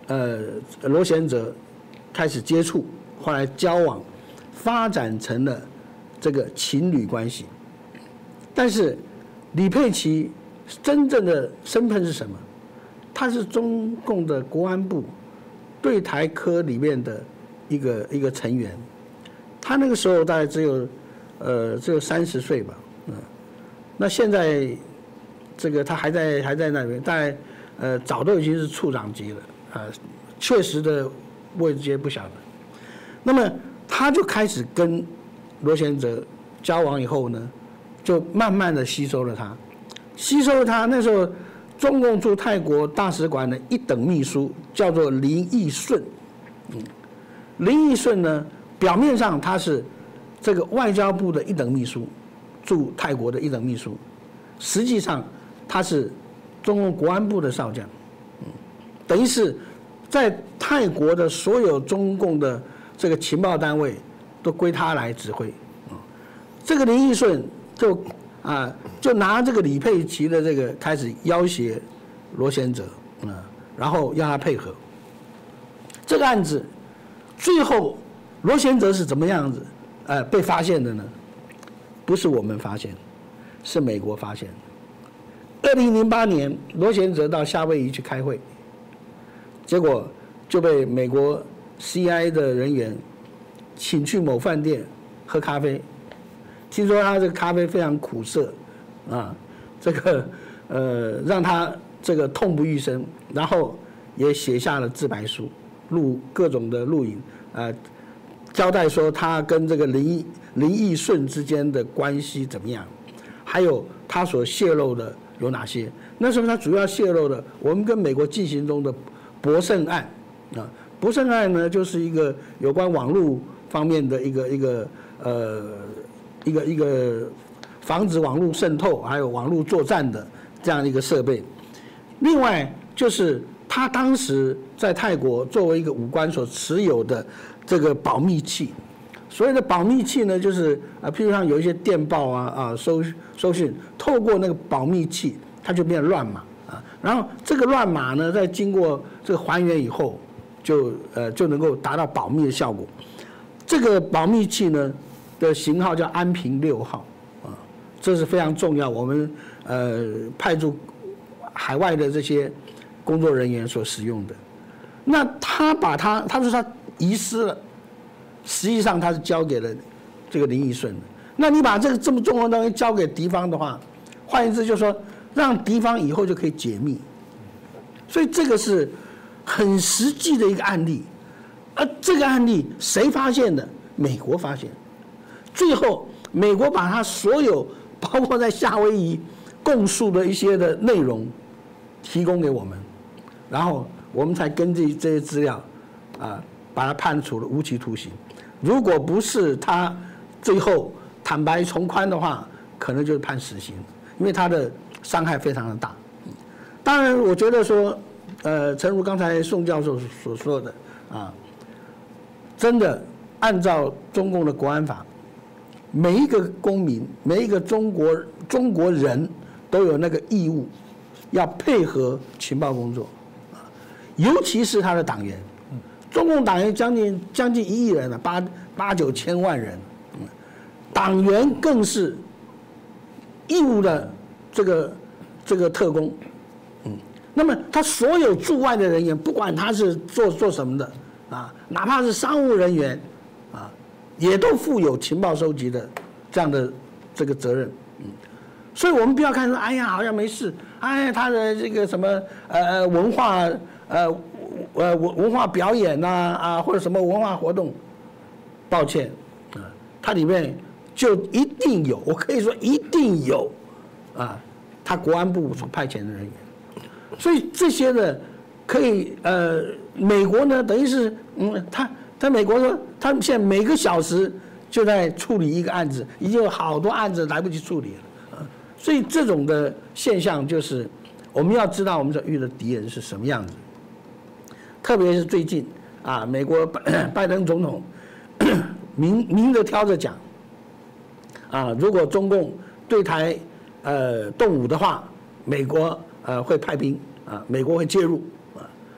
呃罗贤哲开始接触，后来交往，发展成了这个情侣关系。但是李佩琦真正的身份是什么？他是中共的国安部对台科里面的一个一个成员，他那个时候大概只有呃只有三十岁吧，嗯，那现在这个他还在还在那边，大概呃早都已经是处长级了，啊、呃，确实的位阶不晓得。那么他就开始跟罗贤哲交往以后呢，就慢慢的吸收了他，吸收了他。那时候中共驻泰国大使馆的一等秘书叫做林义顺，嗯，林义顺呢，表面上他是这个外交部的一等秘书，驻泰国的一等秘书，实际上他是中共国安部的少将，嗯，等于是在泰国的所有中共的这个情报单位都归他来指挥，嗯，这个林义顺就啊就拿这个李佩琦的这个开始要挟罗贤哲，嗯，然后要他配合。这个案子最后罗贤哲是怎么样子呃被发现的呢？不是我们发现，是美国发现的。二零零八年，罗贤哲到夏威夷去开会，结果就被美国 C I A 的人员请去某饭店喝咖啡，听说他这个咖啡非常苦涩，啊，这个呃让他这个痛不欲生，然后也写下了自白书，录各种的录影，啊，交代说他跟这个林林义顺之间的关系怎么样，还有他所泄露的有哪些。那时候他主要泄露的，我们跟美国进行中的博胜案，啊，博胜案呢就是一个有关网络方面的一个一个呃一个一个防止网络渗透还有网络作战的这样一个设备。另外就是他当时在泰国作为一个武官所持有的这个保密器，所谓的保密器呢，就是啊，譬如像有一些电报啊啊收收讯，透过那个保密器，它就变成乱码啊。然后这个乱码呢，在经过这个还原以后，就呃就能够达到保密的效果。这个保密器呢的型号叫安平六号啊，这是非常重要，我们呃派驻海外的这些工作人员所使用的。那他把他他说他遗失了，实际上他是交给了这个林义顺的。那你把这个这么重要的东西交给敌方的话，换言之就是说让敌方以后就可以解密，所以这个是很实际的一个案例。而这个案例谁发现的？美国发现。最后美国把他所有包括在夏威夷供述的一些的内容提供给我们，然后我们才根据这些资料啊，把他判处了无期徒刑。如果不是他最后坦白从宽的话，可能就是判死刑，因为他的伤害非常的大。当然我觉得说呃诚如刚才宋教授所说的啊，真的按照中共的国安法，每一个公民每一个中国中国人都有那个义务要配合情报工作，尤其是他的党员，中共党员将近将近一亿人了，八八九千万人，党员更是义务的这个这个特工，嗯，那么他所有驻外的人员，不管他是做做什么的啊，哪怕是商务人员啊，也都负有情报收集的这样的这个责任，嗯，所以我们不要看说，哎呀，好像没事，哎，他的这个什么呃文化呃呃文文化表演呐 啊, 啊或者什么文化活动，抱歉啊，它里面就一定有，我可以说一定有啊，他国安部所派遣的人员，所以这些呢，可以呃，美国呢等于是嗯，他他美国说，他们现在每个小时就在处理一个案子，已经有好多案子来不及处理了啊，所以这种的现象就是我们要知道我们所遇的敌人是什么样子，特别是最近啊，美国拜登总统明明着挑着讲啊，如果中共对台呃动武的话，美国呃会派兵啊，美国会介入啊。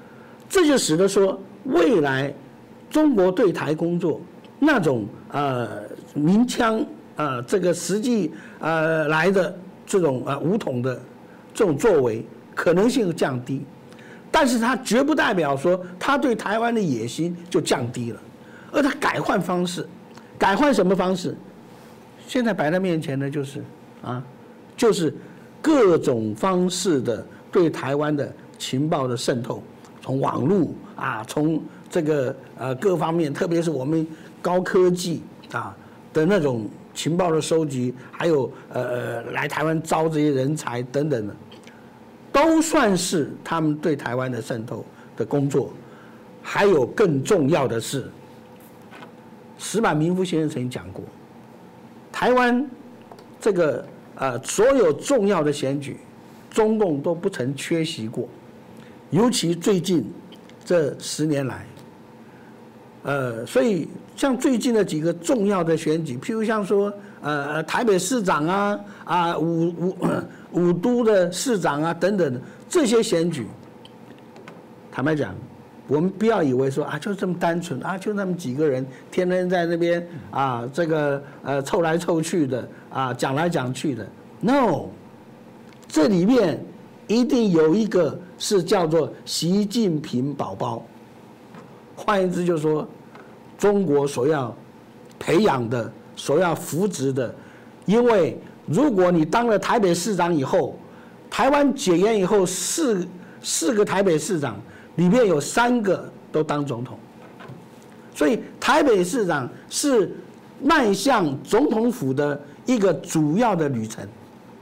这就使得说未来中国对台工作那种呃鸣枪呃这个实际呃来的这种呃武统的这种作为可能性降低，但是它绝不代表说他对台湾的野心就降低了，而他改换方式，改换什么方式？现在摆在面前的就是啊，就是各种方式的对台湾的情报的渗透，从网络啊，从这个呃各方面，特别是我们高科技啊的那种情报的收集，还有呃来台湾招这些人才等等的，都算是他们对台湾的渗透的工作。还有更重要的是，石板明夫先生曾经讲过，台湾这个呃所有重要的选举，中共都不曾缺席过，尤其最近这十年来，呃，所以像最近的几个重要的选举，譬如像说呃台北市长啊啊五五五都的市长啊等等的这些选举，坦白讲，我们不要以为说啊就这么单纯啊，就那么几个人天天在那边啊这个呃凑来凑去的啊讲来讲去的 ，no， 这里面一定有一个是叫做习近平宝宝，换言之就是说，中国所要培养的、所要扶植的，因为如果你当了台北市长以后，台湾解严以后四四个台北市长。里面有三个都当总统，所以台北市长是迈向总统府的一个主要的旅程。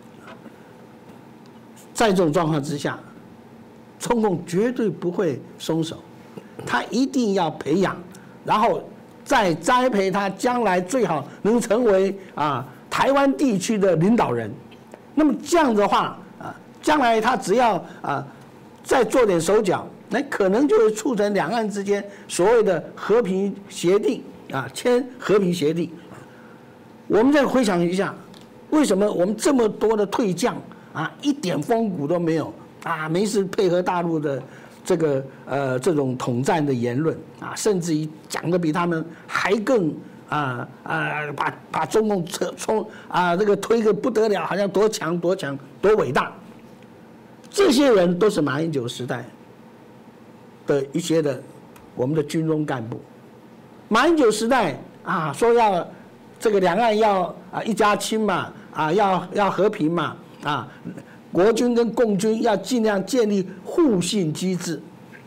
在这种状况之下，中共绝对不会松手，他一定要培养，然后再栽培他将来最好能成为啊台湾地区的领导人。那么这样的话啊，将来他只要啊再做点手脚。那可能就会促成两岸之间所谓的和平协定啊，签和平协定。我们再回想一下，为什么我们这么多的退将啊，一点风骨都没有啊，没事配合大陆的这个呃这种统战的言论啊，甚至于讲的比他们还更啊啊，把把中共扯冲啊这个推个不得了，好像多强多强多伟大。这些人都是马英九时代的一些的我们的军中干部，马英九时代啊，说要这个两岸要啊一家亲嘛，啊要要和平嘛，啊国军跟共军要尽量建立互信机制。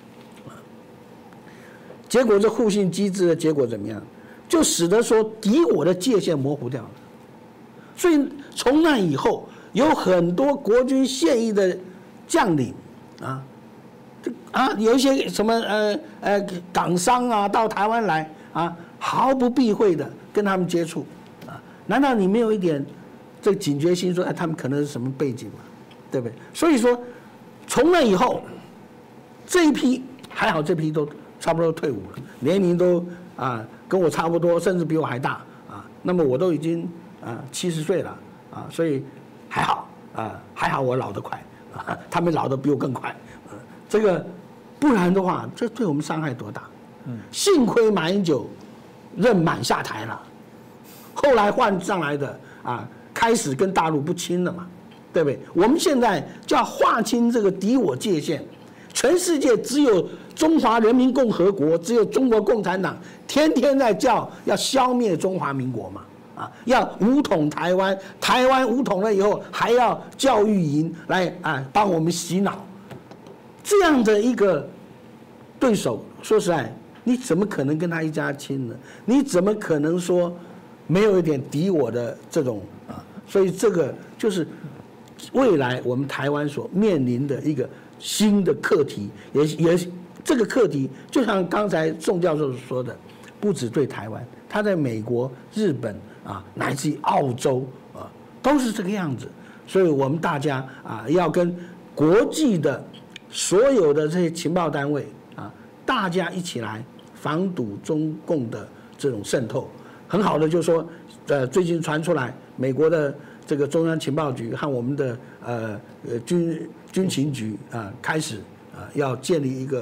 结果这互信机制的结果怎么样？就使得说敌我的界限模糊掉了。所以从那以后，有很多国军现役的将领啊。啊，有一些什么呃呃港商啊，到台湾来啊，毫不避讳的跟他们接触，啊，难道你没有一点这个警觉心说，哎，他们可能是什么背景嘛，对不对？所以说，从那以后，这一批还好，这批都差不多退伍了，年龄都啊跟我差不多，甚至比我还大啊。那么我都已经啊七十岁了啊，所以还好啊，还好我老得快啊，他们老得比我更快。这个，不然的话，这对我们伤害多大？嗯，幸亏马英九任满下台了，后来换上来的啊，开始跟大陆不亲了嘛，对不对？我们现在就要划清这个敌我界限，全世界只有中华人民共和国，只有中国共产党天天在叫要消灭中华民国嘛，啊，要武统台湾，台湾武统了以后还要教育营来啊帮我们洗脑。这样的一个对手，说实在，你怎么可能跟他一家亲呢？你怎么可能说没有一点敌我的这种啊？所以这个就是未来我们台湾所面临的一个新的课题，也也这个课题，就像刚才宋教授说的，不止对台湾，他在美国、日本啊，乃至于澳洲啊，都是这个样子。所以我们大家啊，要跟国际的所有的这些情报单位啊，大家一起来防堵中共的这种渗透。很好的就是说，呃，最近传出来，美国的这个中央情报局和我们的呃呃军军情局啊，开始啊要建立一个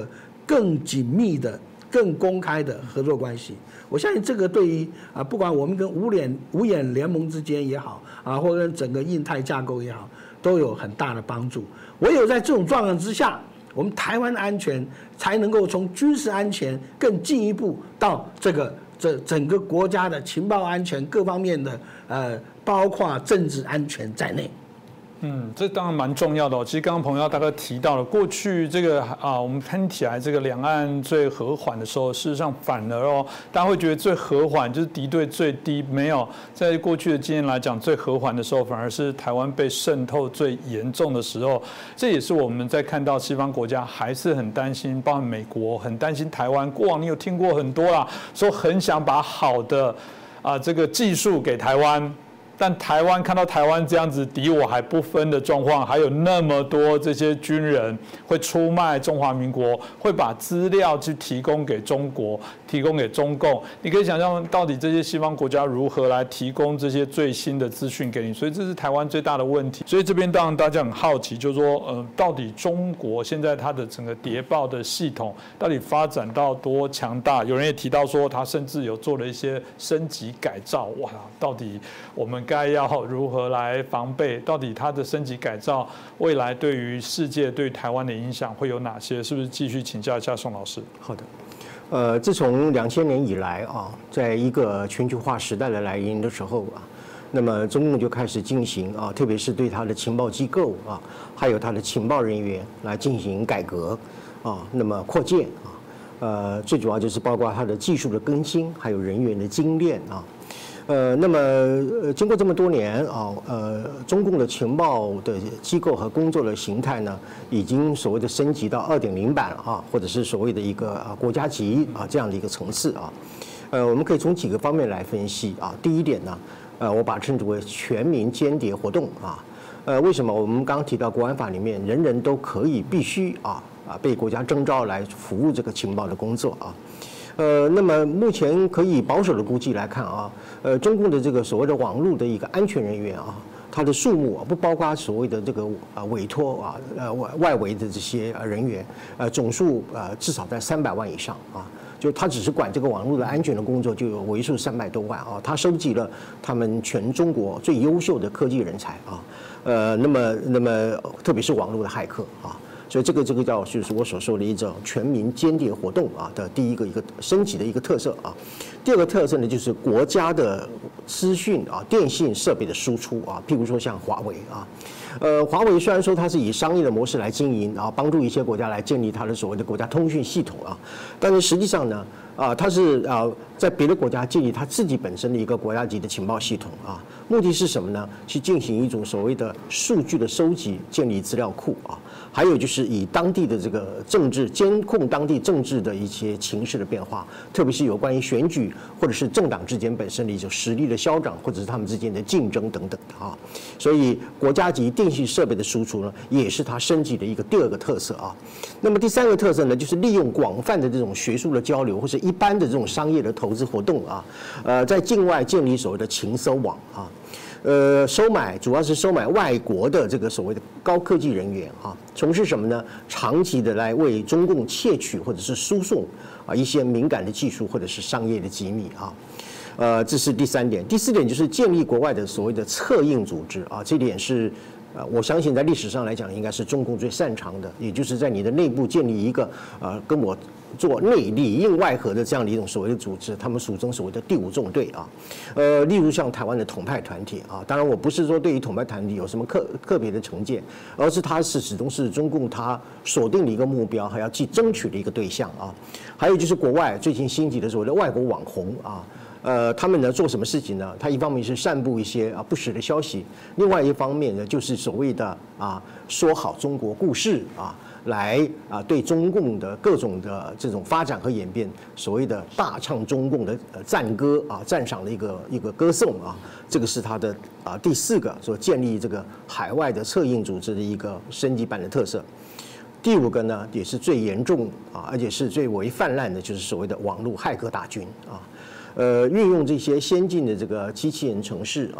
更紧密的、更公开的合作关系。我相信这个对于啊，不管我们跟五眼五眼联盟之间也好啊，或者跟整个印太架构也好，都有很大的帮助。唯有在这种状况之下，我们台湾的安全才能够从军事安全更进一步到这个这整个国家的情报安全各方面的呃，包括政治安全在内。 嗯，这当然蛮重要的哦。其实刚刚彭耀大哥提到了，过去这个啊，我们看起来这个两岸最和缓的时候，事实上反而哦，大家会觉得最和缓就是敌对最低，没有在过去的经验来讲，最和缓的时候，反而是台湾被渗透最严重的时候。这也是我们在看到西方国家还是很担心，包括美国很担心台湾。过往你有听过很多啦，说很想把好的啊这个技术给台湾。但台湾看到台湾这样子敌我还不分的状况，还有那么多这些军人会出卖中华民国，会把资料去提供给中国，提供给中共。你可以想象到底这些西方国家如何来提供这些最新的资讯给你，所以这是台湾最大的问题。所以这边当然大家很好奇，就是说，呃，到底中国现在它的整个谍报的系统到底发展到多强大？有人也提到说，它甚至有做了一些升级改造。哇，到底我们该要如何来防备？到底它的升级改造未来对于世界、对于台湾的影响会有哪些？是不是继续请教一下宋老师？ 好的，呃，自从两千年以来啊，在一个全球化时代的来临的时候啊，那么中共就开始进行啊，特别是对它的情报机构啊，还有它的情报人员来进行改革啊，那么扩建啊，呃，最主要就是包括它的技术的更新，还有人员的精炼啊。呃，那么呃，经过这么多年啊，呃，中共的情报的机构和工作的形态呢，已经所谓的升级到二点零版了啊，或者是所谓的一个啊国家级啊这样的一个层次啊。呃，我们可以从几个方面来分析啊。第一点呢，呃，我把它称之为全民间谍活动啊。呃，为什么？我们刚刚提到国安法里面，人人都可以必须啊啊被国家征召来服务这个情报的工作啊。呃，那么目前可以保守的估计来看啊，呃，中共的这个所谓的网络的一个安全人员啊，它的数目啊，不包括所谓的这个啊委托啊呃外外围的这些人员，呃，总数呃至少在三百万以上啊。就他只是管这个网络的安全的工作，就有为数三百多万啊。他收集了他们全中国最优秀的科技人才啊，呃，那么那么特别是网络的骇客啊。所以这个这个叫就是我所说的一种全民间谍活动啊的第一个一个升级的一个特色啊。第二个特色呢，就是国家的资讯啊电信设备的输出啊，譬如说像华为啊，呃，华为虽然说它是以商业的模式来经营啊，帮助一些国家来建立它的所谓的国家通讯系统啊，但是实际上呢，啊，它是啊在别的国家建立它自己本身的一个国家级的情报系统啊，目的是什么呢？去进行一种所谓的数据的收集，建立资料库啊。还有就是以当地的这个政治监控当地政治的一些情势的变化，特别是有关于选举或者是政党之间本身的一种实力的消长，或者是他们之间的竞争等等的啊。所以国家级电信设备的输出呢，也是它升级的一个第二个特色啊。那么第三个特色呢，就是利用广泛的这种学术的交流，或者一般的这种商业的投资活动啊，呃，在境外建立所谓的情搜网啊。呃，收买主要是收买外国的这个所谓的高科技人员啊，从事什么呢？长期的来为中共窃取或者是输送啊一些敏感的技术或者是商业的机密啊。呃，这是第三点。第四点就是建立国外的所谓的策应组织啊，这点是呃，我相信在历史上来讲，应该是中共最擅长的，也就是在你的内部建立一个呃跟我做内里应外合的这样的一种所谓的组织，他们俗称所谓的第五纵队啊，呃，例如像台湾的统派团体啊，当然我不是说对于统派团体有什么特特别的成见，而是它是始终是中共它锁定的一个目标，还要去争取的一个对象啊。还有就是国外最近兴起的所谓的外国网红啊。呃，他们呢做什么事情呢？他一方面是散布一些啊不实的消息，另外一方面呢就是所谓的啊说好中国故事啊，来啊对中共的各种的这种发展和演变，所谓的大唱中共的赞歌啊，赞赏的一个一个歌颂啊，这个是他的啊第四个所建立这个海外的策应组织的一个升级版的特色。第五个呢，也是最严重啊，而且是最为泛滥的，就是所谓的网络骇客大军啊。呃，运用这些先进的这个机器人程式啊，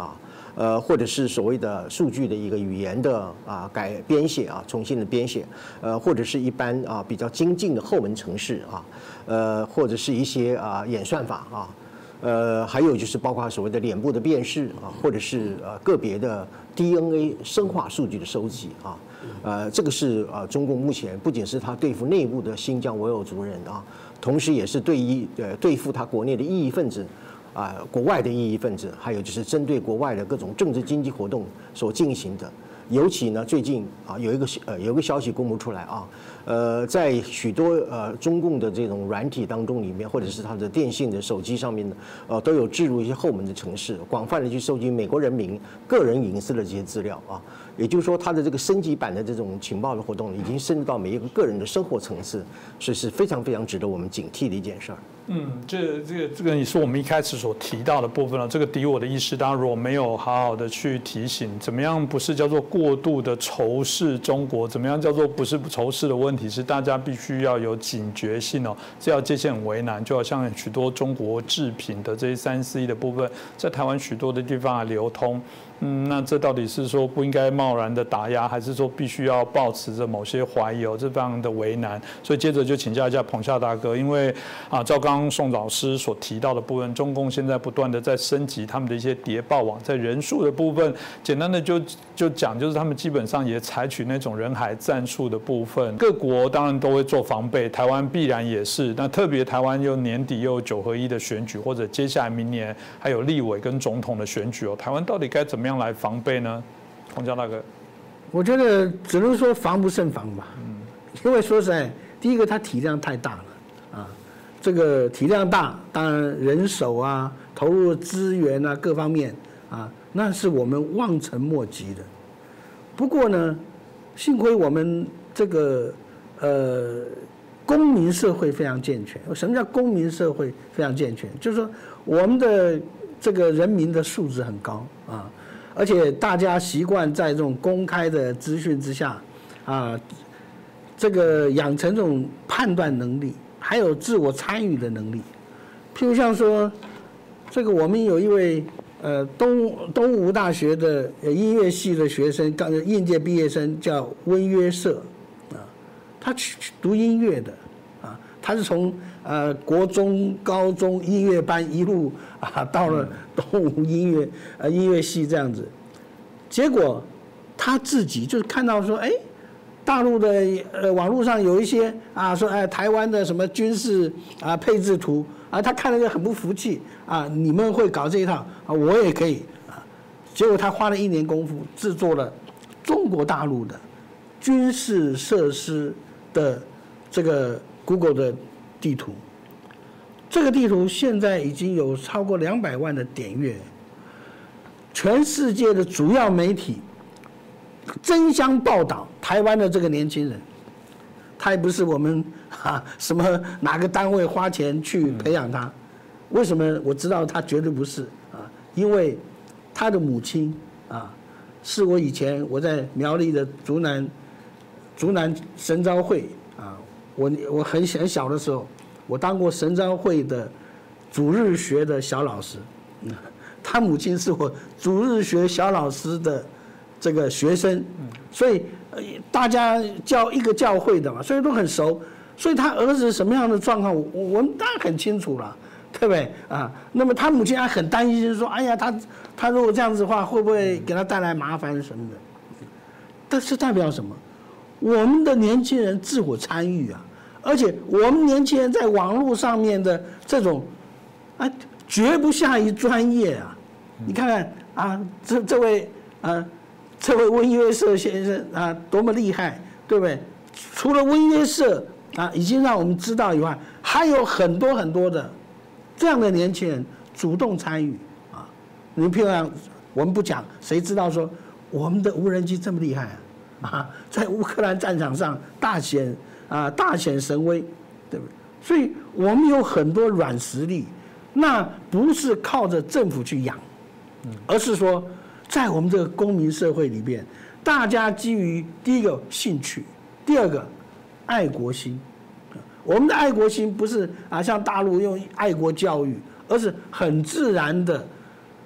呃，或者是所谓的数据的一个语言的啊改编写啊，重新的编写，呃，或者是一般啊比较精进的后门程式啊，呃，或者是一些啊演算法啊。呃，还有就是包括所谓的脸部的辨识啊，或者是呃个别的 D N A 生化数据的收集啊，呃，这个是呃中共目前不仅是他对付内部的新疆维吾尔族人啊，同时也是对于呃对付他国内的异议分子啊、呃，国外的异议分子，还有就是针对国外的各种政治经济活动所进行的。尤其呢，最近啊有一个呃有一个消息公布出来啊，呃，在许多呃中共的这种软体当中里面，或者是它的电信的手机上面呢，呃，都有置入一些后门的程式，广泛的去收集美国人民个人隐私的这些资料啊。也就是说，它的这个升级版的这种情报的活动，已经深入到每一个个人的生活层次，所以是非常非常值得我们警惕的一件事儿。 嗯，这这个这个也是我们一开始所提到的部分了。这个敌我的意识，当然如果没有好好的去提醒，怎么样不是叫做过度的仇视中国，怎么样叫做不是仇视的问题，是大家必须要有警觉性哦。这要界限很为难，就好像许多中国制品的这些三 C 的部分，在台湾许多的地方啊流通。嗯，那这到底是说不应该贸然的打压，还是说必须要抱持着某些怀疑哦？这非常的为难。所以接着就请教一下彭夏大哥，因为啊，照刚刚宋老师所提到的部分，中共现在不断的在升级他们的一些谍报网，在人数的部分，简单的就就讲，就是他们基本上也采取那种人海战术的部分。各国当然都会做防备，台湾必然也是。那特别台湾又年底又有九合一的选举，或者接下来明年还有立委跟总统的选举哦，台湾到底该怎么样来防备呢？洪家大哥， 我觉得只能说防不胜防吧。嗯，因为说实在，第一个它体量太大了啊，这个体量大，当然人手啊、投入资源啊各方面啊，那是我们望尘莫及的。不过呢，幸亏我们这个呃公民社会非常健全。什么叫公民社会非常健全？就是说我们的这个人民的素质很高啊。而且大家习惯在这种公开的资讯之下，啊，这个养成这种判断能力，还有自我参与的能力。譬如像说，这个我们有一位呃东东吴大学的音乐系的学生，刚应届毕业生叫温约瑟，啊，他去读音乐的，啊，他是从呃国中、高中音乐班一路啊到了东吴音乐呃音乐系这样子，结果他自己就是看到说，哎，大陆的呃网络上有一些啊说哎台湾的什么军事啊配置图啊，他看了就很不服气啊，你们会搞这一套啊，我也可以啊，结果他花了一年功夫制作了中国大陆的军事设施的这个 Google 的地图，这个地图现在已经有超过两百万的点阅，全世界的主要媒体争相报道台湾的这个年轻人，他也不是我们啊什么哪个单位花钱去培养他，为什么我知道他绝对不是啊？因为他的母亲啊，是我以前我在苗栗的竹南竹南神召会啊。我我很很小的时候，我当过神召会的主日学的小老师，嗯，他母亲是我主日学小老师的这个学生，所以大家教一个教会的嘛，所以都很熟，所以他儿子什么样的状况，我我们当然很清楚了，对不对啊？那么他母亲还很担心说，哎呀，他他如果这样子的话，会不会给他带来麻烦什么的？但是代表什么？我们的年轻人自我参与啊，而且我们年轻人在网络上面的这种，啊，绝不下于专业啊！你看看啊，这这位啊，这位温约瑟先生啊，多么厉害，对不对？除了温约瑟啊，已经让我们知道以外，还有很多很多的这样的年轻人主动参与啊。你譬如讲，我们不讲，谁知道说我们的无人机这么厉害啊？啊，在乌克兰战场上大显啊大显神威，对不对？所以我们有很多软实力，那不是靠着政府去养，而是说在我们这个公民社会里边，大家基于第一个兴趣，第二个爱国心。我们的爱国心不是啊像大陆用爱国教育，而是很自然的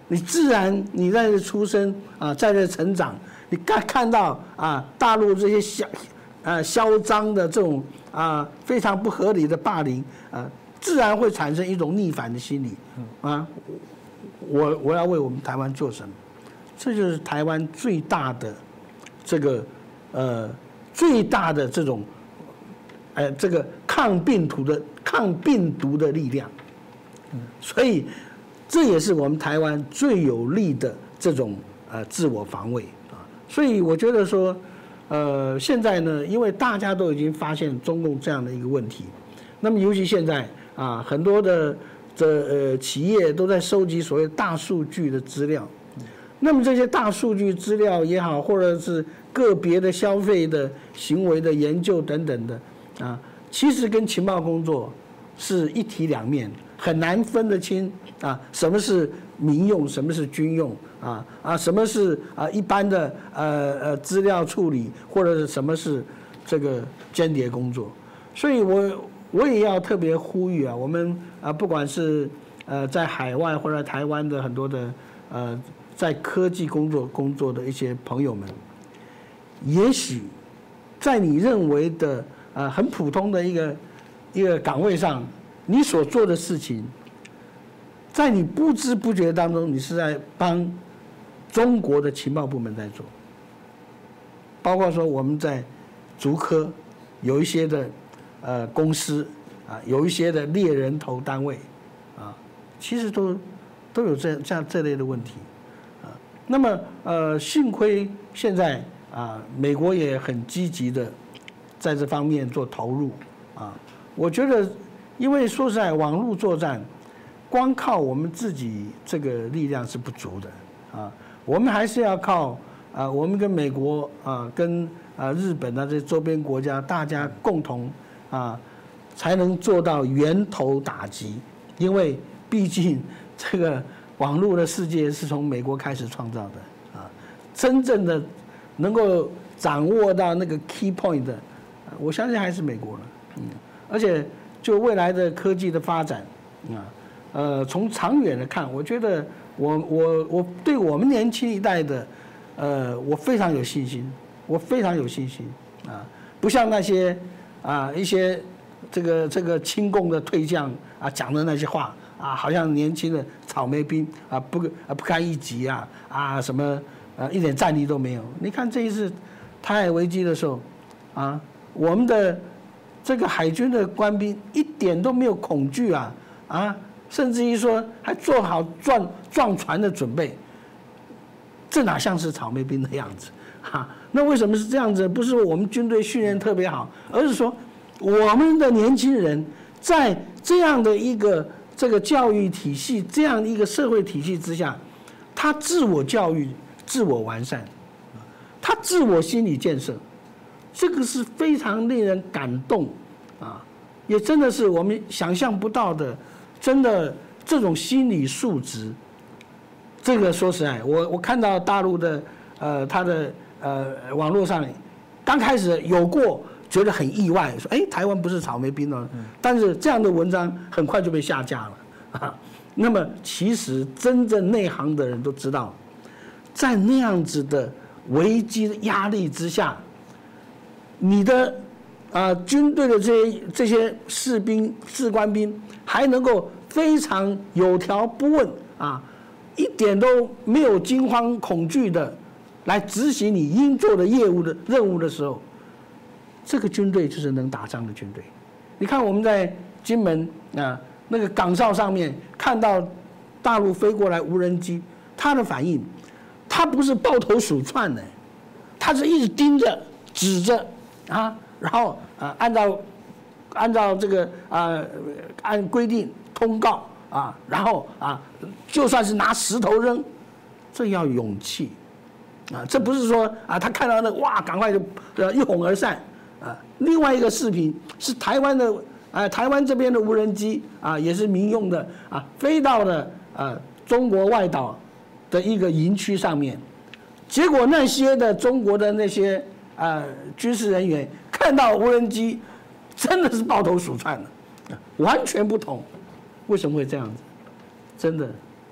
你自然你在这出生啊，在这成长，你看看到啊大陆这些嚣呃嚣张的这种啊非常不合理的霸凌啊，自然会产生一种逆反的心理啊。我我要为我们台湾做什么？这就是台湾最大的这个呃最大的这种呃这个抗病毒的抗病毒的力量。所以这也是我们台湾最有力的这种呃自我防卫啊。所以我觉得说，呃，现在呢，因为大家都已经发现中共这样的一个问题，那么尤其现在啊，很多的这呃企业都在收集所谓大数据的资料，那么这些大数据资料也好，或者是个别的消费的行为的研究等等的啊，其实跟情报工作是一体两面，很难分得清啊，什么是民用，什么是军用啊啊，什么是啊一般的呃呃资料处理，或者是什么是这个间谍工作。所以我我也要特别呼吁啊，我们啊不管是呃在海外或者台湾的很多的呃在科技工作工作的一些朋友们，也许在你认为的呃很普通的一个一个岗位上，你所做的事情，在你不知不觉当中，你是在帮中国的情报部门在做。包括说我们在竹科有一些的呃公司啊，有一些的猎人头单位啊，其实都都有这这样这类的问题啊。那么呃，幸亏现在啊，美国也很积极的在这方面做投入啊。我觉得，因为说实在，网络作战光靠我们自己这个力量是不足的啊，我们还是要靠啊，我们跟美国啊，跟啊日本啊这周边国家，大家共同啊，才能做到源头打击。因为毕竟这个网络的世界是从美国开始创造的啊，真正的能够掌握到那个 key point 的，我相信还是美国了，嗯。而且就未来的科技的发展，啊，呃，从长远来看，我觉得我我我对我们年轻一代的，呃，我非常有信心，我非常有信心啊，不像那些啊一些这个这个亲共的退将啊讲的那些话啊，好像年轻的草莓兵啊不啊不堪一击啊啊什么啊一点战力都没有。你看这一次台海危机的时候，啊，我们的这个海军的官兵一点都没有恐惧啊啊，甚至于说还做好撞撞船的准备，这哪像是草莓兵的样子啊？那为什么是这样子？不是我们军队训练特别好，而是说我们的年轻人在这样的一个这个教育体系、这样的一个社会体系之下，他自我教育、自我完善，他自我心理建设。这个是非常令人感动啊，也真的是我们想象不到的，真的这种心理素质。这个说实在，我我看到大陆的呃他的呃网络上，刚开始有过觉得很意外，说哎台湾不是草莓兵哦，但是这样的文章很快就被下架了啊。那么其实真正内行的人都知道，在那样子的危机的压力之下，你的啊、呃、军队的这些这些士兵士官兵还能够非常有条不紊啊，一点都没有惊慌恐惧的来执行你应做的业务的任务的时候，这个军队就是能打仗的军队。你看我们在金门啊那个岗哨上面看到大陆飞过来无人机，他的反应，他不是抱头鼠窜的，他是一直盯着指着。啊，然后啊，按照按照这个啊，按规定通告啊，然后啊，就算是拿石头扔，这要勇气啊，这不是说啊，他看到那哇，赶快就呃一哄而散啊。另外一个视频是台湾的啊，台湾这边的无人机啊，也是民用的啊，飞到了啊中国外岛的一个营区上面，结果那些的中国的那些。啊、呃，军事人员看到无人机，真的是抱头鼠窜的，完全不同。为什么会这样子？真的，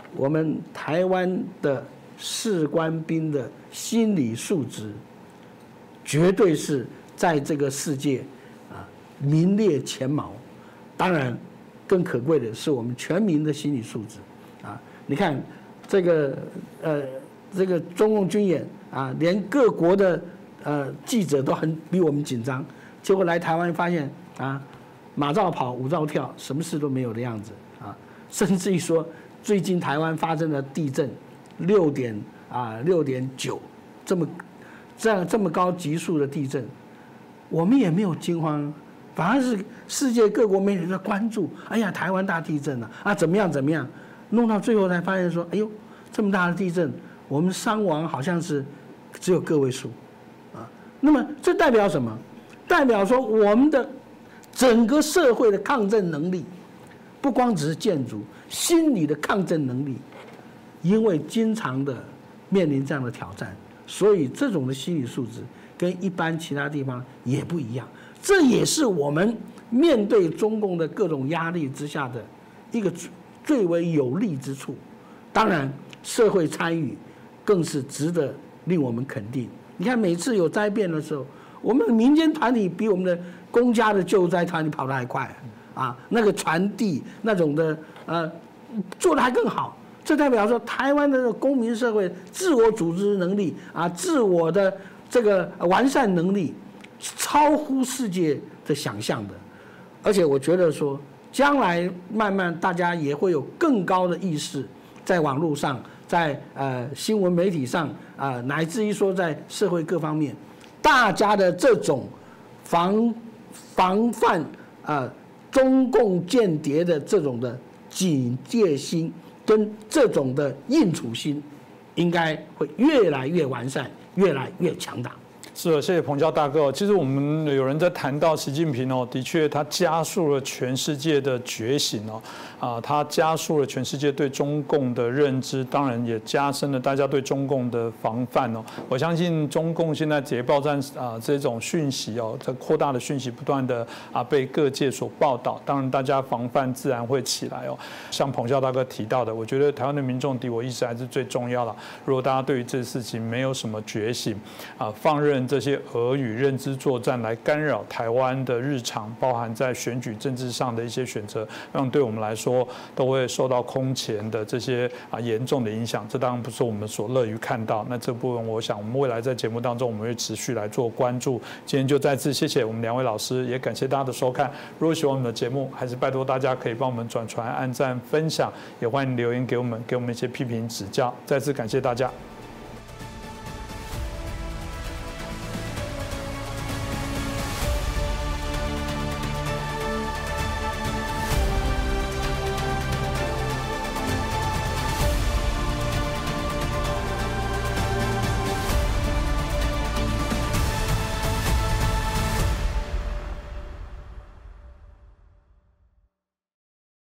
我们台湾的士官兵的心理素质，绝对是在这个世界啊名列前茅。当然，更可贵的是我们全民的心理素质啊！你看这个呃这个中共军演啊，连各国的呃记者都很比我们紧张，结果来台湾发现啊，马照跑，舞照跳，什么事都没有的样子啊！甚至于说，最近台湾发生了地震，六点啊六点九，这么这样这么高级数的地震，我们也没有惊慌，反而是世界各国媒体在关注，哎呀，台湾大地震了啊，怎么样怎么样，弄到最后才发现说，哎呦，这么大的地震，我们伤亡好像是只有个位数，啊，那么这代表什么？代表说我们的整个社会的抗震能力，不光只是建筑，心理的抗震能力，因为经常的面临这样的挑战，所以这种的心理素质跟一般其他地方也不一样。这也是我们面对中共的各种压力之下的一个最为有利之处。当然，社会参与更是值得令我们肯定。你看，每次有灾变的时候，我们的民间团体比我们的公家的救灾团体跑得还快啊！那个传递那种的呃，做得还更好。这代表说，台湾的公民社会自我组织能力啊，自我的这个完善能力，超乎世界的想象的。而且我觉得说，将来慢慢大家也会有更高的意识，在网络上，在呃新闻媒体上啊、呃，乃至于说在社会各方面，大家的这种防防范啊、呃、中共间谍的这种的警戒心跟这种的应处心，应该会越来越完善，越来越强大。 是的，谢谢彭教大哥。其实我们有人在谈到习近平哦，的确他加速了全世界的觉醒哦，啊，他加速了全世界对中共的认知，当然也加深了大家对中共的防范哦。我相信中共现在谍报战啊这种讯息哦，这扩大的讯息不断的啊被各界所报道，当然大家防范自然会起来哦。像彭教大哥提到的，我觉得台湾的民众敌我意识还是最重要的。如果大家对于这事情没有什么觉醒啊，放任这些俄语认知作战来干扰台湾的日常，包含在选举政治上的一些选择，让对我们来说都会受到空前的这些啊严重的影响。这当然不是我们所乐于看到。那这部分，我想我们未来在节目当中，我们会持续来做关注。今天就再次谢谢我们两位老师，也感谢大家的收看。如果喜欢我们的节目，还是拜托大家可以帮我们转传、按赞、分享，也欢迎留言给我们，给我们一些批评指教。再次感谢大家。